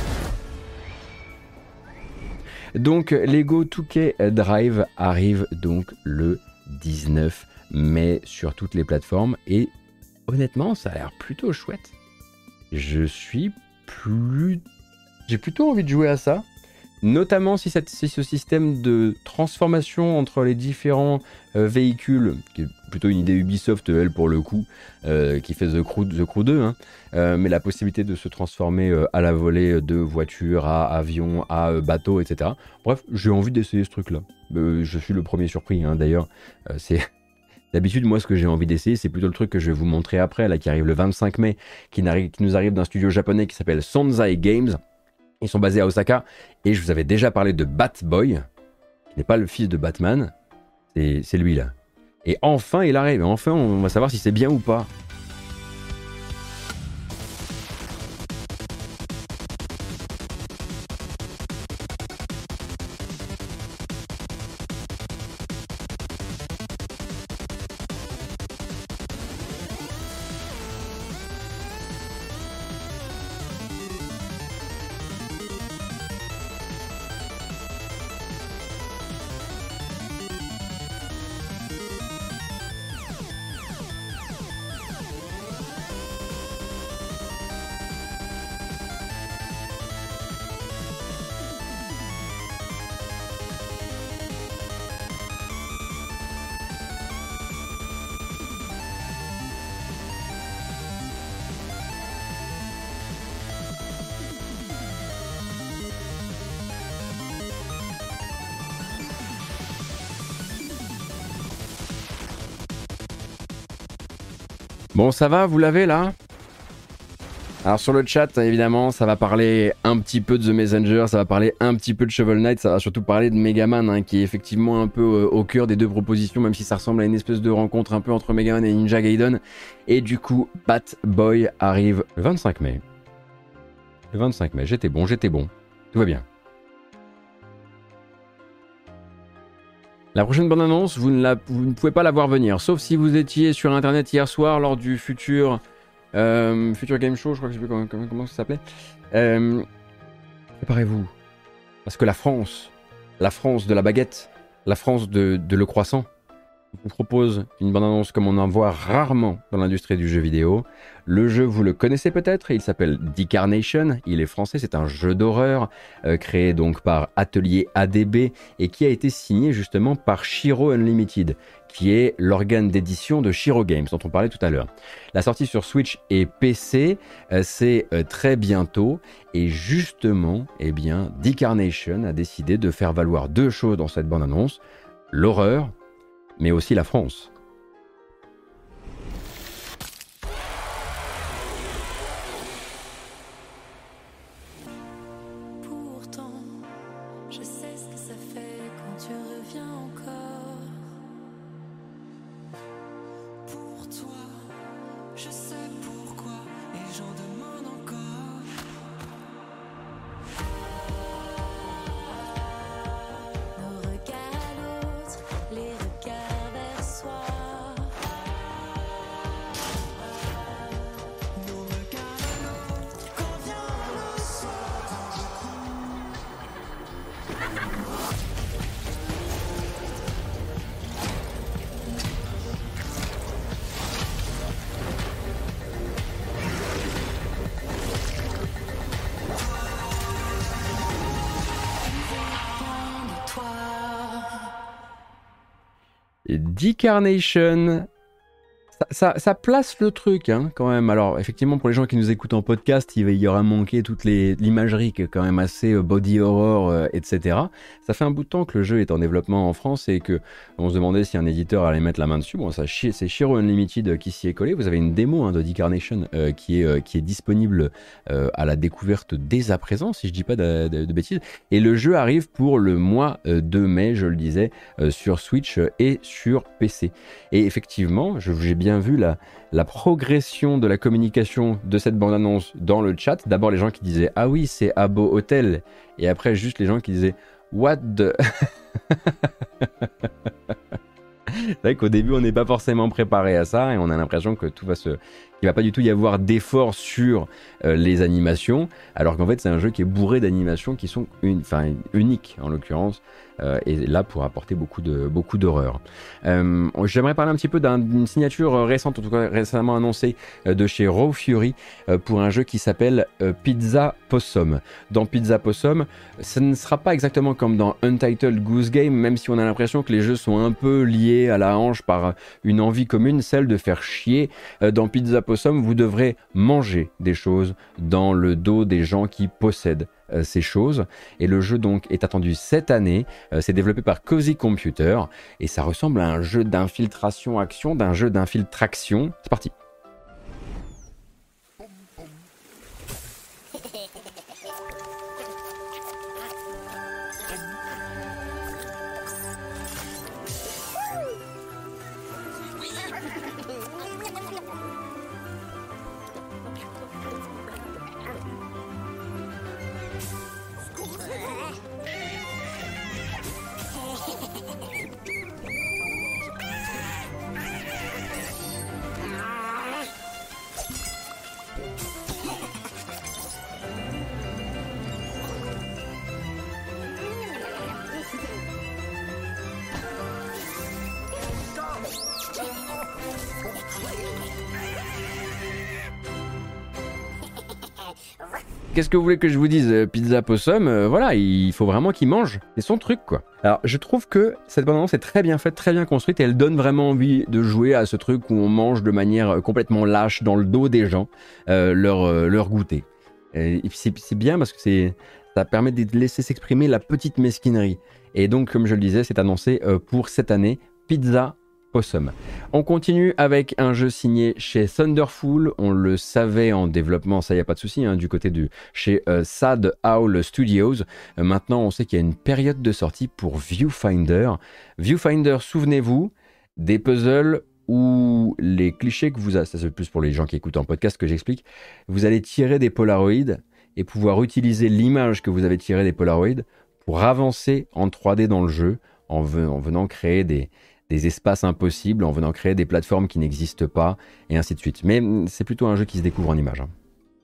Speaker 1: Donc Lego deux K Drive arrive donc le dix-neuf mai sur toutes les plateformes et honnêtement ça a l'air plutôt chouette. Je suis plus... J'ai plutôt envie de jouer à ça. Notamment si, cette, si ce système de transformation entre les différents euh, véhicules, qui est plutôt une idée Ubisoft, elle, pour le coup, euh, qui fait The Crew, The Crew deux, hein, euh, mais la possibilité de se transformer euh, à la volée de voiture à avion, à euh, bateau, et cetera. Bref, j'ai envie d'essayer ce truc-là. Euh, je suis le premier surpris, hein, d'ailleurs. Euh, c'est... D'habitude, moi, ce que j'ai envie d'essayer, c'est plutôt le truc que je vais vous montrer après, là, qui arrive le vingt-cinq mai, qui, qui nous arrive d'un studio japonais qui s'appelle Sonzai Games. Ils sont basés à Osaka et je vous avais déjà parlé de Bat-Boy, qui n'est pas le fils de Batman, c'est, c'est lui là. Et enfin il arrive, et enfin on va savoir si c'est bien ou pas. Bon, ça va, vous l'avez là? Alors sur le chat, évidemment, ça va parler un petit peu de The Messenger, ça va parler un petit peu de Shovel Knight, ça va surtout parler de Megaman, hein, qui est effectivement un peu euh, au cœur des deux propositions, même si ça ressemble à une espèce de rencontre un peu entre Megaman et Ninja Gaiden. Et du coup, Bat-Boy arrive le vingt-cinq mai. Le vingt-cinq mai, j'étais bon, j'étais bon. Tout va bien. La prochaine bande-annonce, vous, ne la, vous ne pouvez pas la voir venir, sauf si vous étiez sur internet hier soir lors du futur, euh, futur Game Show, je crois que je sais plus comment, comment, comment ça s'appelait. Euh, préparez-vous, parce que la France, la France de la baguette, la France de, de le croissant, vous propose une bande-annonce comme on en voit rarement dans l'industrie du jeu vidéo. Le jeu, vous le connaissez peut-être, il s'appelle Decarnation, il est français, c'est un jeu d'horreur euh, créé donc par Atelier A D B et qui a été signé justement par Shiro Unlimited, qui est l'organe d'édition de Shiro Games dont on parlait tout à l'heure. La sortie sur Switch et P C, euh, c'est euh, très bientôt et justement, eh bien, Decarnation a décidé de faire valoir deux choses dans cette bande-annonce, l'horreur, mais aussi la France.
Speaker 9: Pourtant, je sais ce que ça fait quand tu reviens encore. Pour toi, je sais pourquoi et j'en demande encore. Nos regards à l'autre, les regards vers soi. Nos regards à l'autre, quand vient le soir du coup.
Speaker 1: Decarnation, Ça, ça, ça place le truc, hein, quand même. Alors, effectivement, pour les gens qui nous écoutent en podcast, il, il y aura manqué toute les, l'imagerie qui est quand même assez euh, body horror, euh, et cetera. Ça fait un bout de temps que le jeu est en développement en France et que on se demandait si un éditeur allait mettre la main dessus. Bon, ça, c'est Shiro Unlimited qui s'y est collé. Vous avez une démo hein, de Decarnation euh, qui, est, euh, qui est disponible euh, à la découverte dès à présent, si je dis pas de, de, de bêtises. Et le jeu arrive pour le mois euh, de mai, je le disais, euh, sur Switch et sur P C. Et effectivement, je, j'ai bien vu la, la progression de la communication de cette bande-annonce dans le chat. D'abord les gens qui disaient « Ah oui, c'est Habbo Hotel » et après juste les gens qui disaient « What the... » C'est vrai qu'au début on n'est pas forcément préparé à ça et on a l'impression que tout va se... qu'il va pas du tout y avoir d'efforts sur euh, les animations, alors qu'en fait c'est un jeu qui est bourré d'animations qui sont une... enfin, uniques en l'occurrence. Euh, et là pour apporter beaucoup de beaucoup d'horreur. Euh, J'aimerais parler un petit peu d'un, d'une signature récente, en tout cas récemment annoncée euh, de chez Raw Fury euh, pour un jeu qui s'appelle euh, Pizza Possum. Dans Pizza Possum, ce ne sera pas exactement comme dans Untitled Goose Game, même si on a l'impression que les jeux sont un peu liés à la hanche par une envie commune, celle de faire chier. Euh, dans Pizza Possum, vous devrez manger des choses dans le dos des gens qui possèdent Euh, ces choses, et le jeu donc est attendu cette année. Euh, c'est développé par Cozy Computer et ça ressemble à un jeu d'infiltration action, d'un jeu d'infiltration. C'est parti. Qu'est-ce que vous voulez que je vous dise? Pizza Possum, euh, voilà, il faut vraiment qu'il mange. C'est son truc, quoi. Alors, je trouve que cette bande-annonce est très bien faite, très bien construite, et elle donne vraiment envie de jouer à ce truc où on mange de manière complètement lâche dans le dos des gens euh, leur, euh, leur goûter. Et c'est, c'est bien parce que c'est, ça permet de laisser s'exprimer la petite mesquinerie. Et donc, comme je le disais, c'est annoncé euh, pour cette année, Pizza Possum. On continue avec un jeu signé chez Thunderful, on le savait en développement, ça y a pas de souci, hein, du côté du chez euh, Sad Owl Studios. Euh, maintenant, on sait qu'il y a une période de sortie pour Viewfinder. Viewfinder, souvenez-vous, des puzzles où les clichés que vous avez, ça c'est plus pour les gens qui écoutent en podcast que j'explique, vous allez tirer des polaroïdes et pouvoir utiliser l'image que vous avez tirée des polaroïdes pour avancer en trois D dans le jeu en, ve- en venant créer des des espaces impossibles, en venant créer des plateformes qui n'existent pas, et ainsi de suite. Mais c'est plutôt un jeu qui se découvre en images. Hein.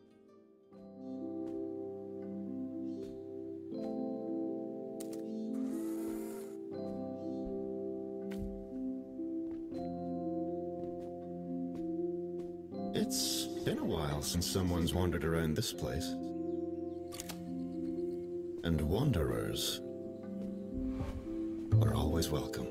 Speaker 10: It's been a while since someone's wandered around this place. And wanderers are always welcome.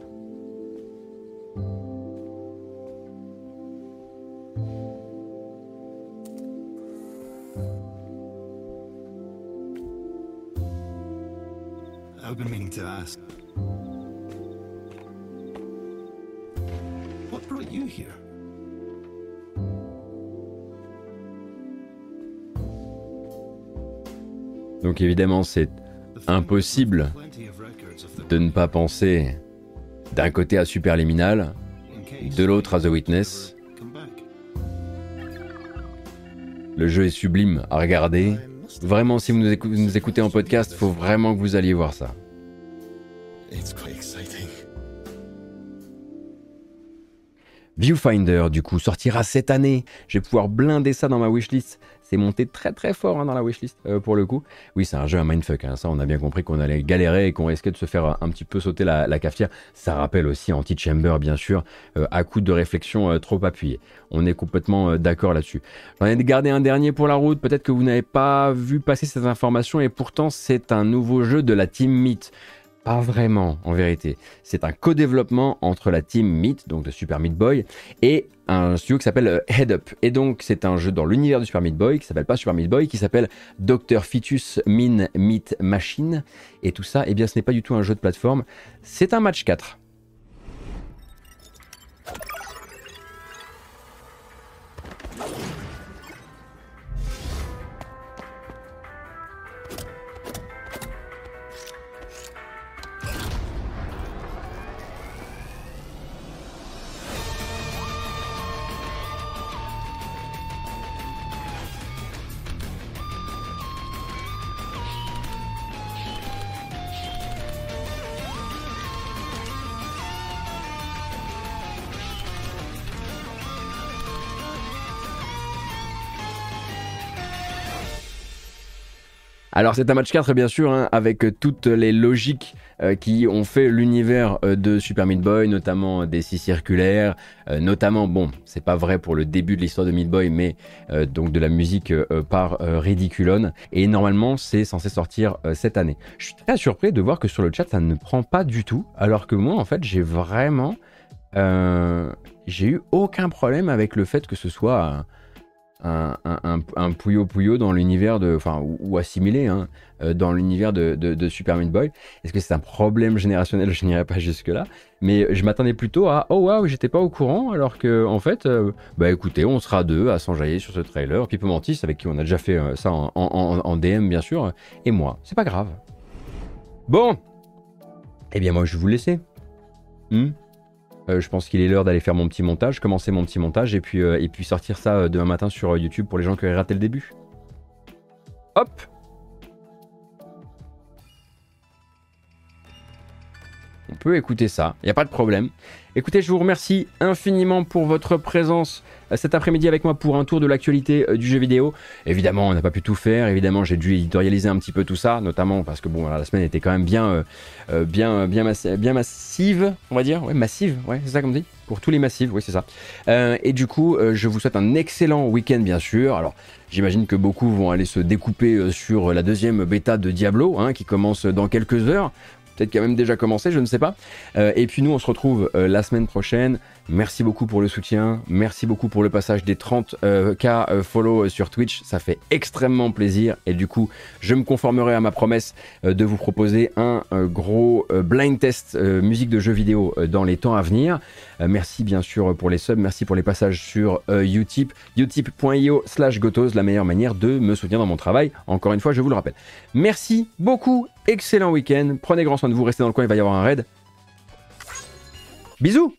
Speaker 11: I've been meaning to ask.
Speaker 10: What brought you here?
Speaker 1: Donc évidemment, c'est impossible de ne pas penser d'un côté à Superliminal, de l'autre à The Witness. Le jeu est sublime à regarder. Vraiment, si vous nous, écou- nous écoutez en podcast, il faut vraiment que vous alliez voir ça. Viewfinder, du coup, sortira cette année. Je vais pouvoir blinder ça dans ma wishlist. C'est monté très très fort hein, dans la wishlist euh, pour le coup. Oui, c'est un jeu à mindfuck. Hein. Ça, on a bien compris qu'on allait galérer et qu'on risquait de se faire un petit peu sauter la, la cafetière. Ça rappelle aussi Antichamber, bien sûr, euh, à coup de réflexion euh, trop appuyée. On est complètement euh, d'accord là-dessus. J'en ai gardé un dernier pour la route. Peut-être que vous n'avez pas vu passer ces informations et pourtant, c'est un nouveau jeu de la Team Meat. Pas vraiment, en vérité. C'est un co-développement entre la team Meat, donc de Super Meat Boy, et un studio qui s'appelle Head Up. Et donc, c'est un jeu dans l'univers du Super Meat Boy, qui s'appelle pas Super Meat Boy, qui s'appelle docteur Fetus Mean Meat Machine. Et tout ça, eh bien, ce n'est pas du tout un jeu de plateforme, c'est un match quatre. Alors c'est un match quatre bien sûr, hein, avec toutes les logiques euh, qui ont fait l'univers euh, de Super Meat Boy, notamment des scies circulaires, euh, notamment, bon, c'est pas vrai pour le début de l'histoire de Meat Boy, mais euh, donc de la musique euh, par euh, Ridiculon, et normalement c'est censé sortir euh, cette année. Je suis très surpris de voir que sur le chat ça ne prend pas du tout, alors que moi en fait j'ai vraiment... Euh, j'ai eu aucun problème avec le fait que ce soit... Euh, Un, un, un Puyo Puyo dans l'univers de, enfin, ou, ou assimilé hein, euh, dans l'univers de, de, de Super Meat Boy. Est-ce que c'est un problème générationnel? Je n'irai pas jusque là, mais je m'attendais plutôt à oh waouh, j'étais pas au courant, alors que en fait, euh, bah écoutez, on sera deux à s'enjailler sur ce trailer. Pipo Mantis, avec qui on a déjà fait euh, ça en, en, en D M bien sûr, et moi, c'est pas grave. Bon, eh bien moi je vais vous laisser. Hmm Euh, je pense qu'il est l'heure d'aller faire mon petit montage, commencer mon petit montage et puis, euh, et puis sortir ça euh, demain matin sur euh, YouTube pour les gens qui auraient raté le début. Hop! On peut écouter ça, il n'y a pas de problème. Écoutez, je vous remercie infiniment pour votre présence cet après-midi avec moi pour un tour de l'actualité du jeu vidéo. Évidemment, on n'a pas pu tout faire. Évidemment, j'ai dû éditorialiser un petit peu tout ça, notamment parce que bon, la semaine était quand même bien, euh, bien, bien, massi bien massive, on va dire. Ouais, massive, ouais, c'est ça qu'on dit. Pour tous les massifs, oui, c'est ça. Euh, et du coup, euh, je vous souhaite un excellent week-end, bien sûr. Alors, j'imagine que beaucoup vont aller se découper sur la deuxième bêta de Diablo, hein, qui commence dans quelques heures. Peut-être qu'il a même déjà commencé, je ne sais pas. Euh, et puis nous, on se retrouve euh, la semaine prochaine. Merci beaucoup pour le soutien. Merci beaucoup pour le passage des trente K euh, euh, follow sur Twitch. Ça fait extrêmement plaisir. Et du coup, je me conformerai à ma promesse euh, de vous proposer un euh, gros euh, blind test euh, musique de jeux vidéo euh, dans les temps à venir. Euh, merci bien sûr pour les subs. Merci pour les passages sur euh, Utip. Utip point i o slash gotos, la meilleure manière de me soutenir dans mon travail. Encore une fois, je vous le rappelle. Merci beaucoup. Excellent week-end. Prenez grand soin de vous. Restez dans le coin, il va y avoir un raid. Bisous!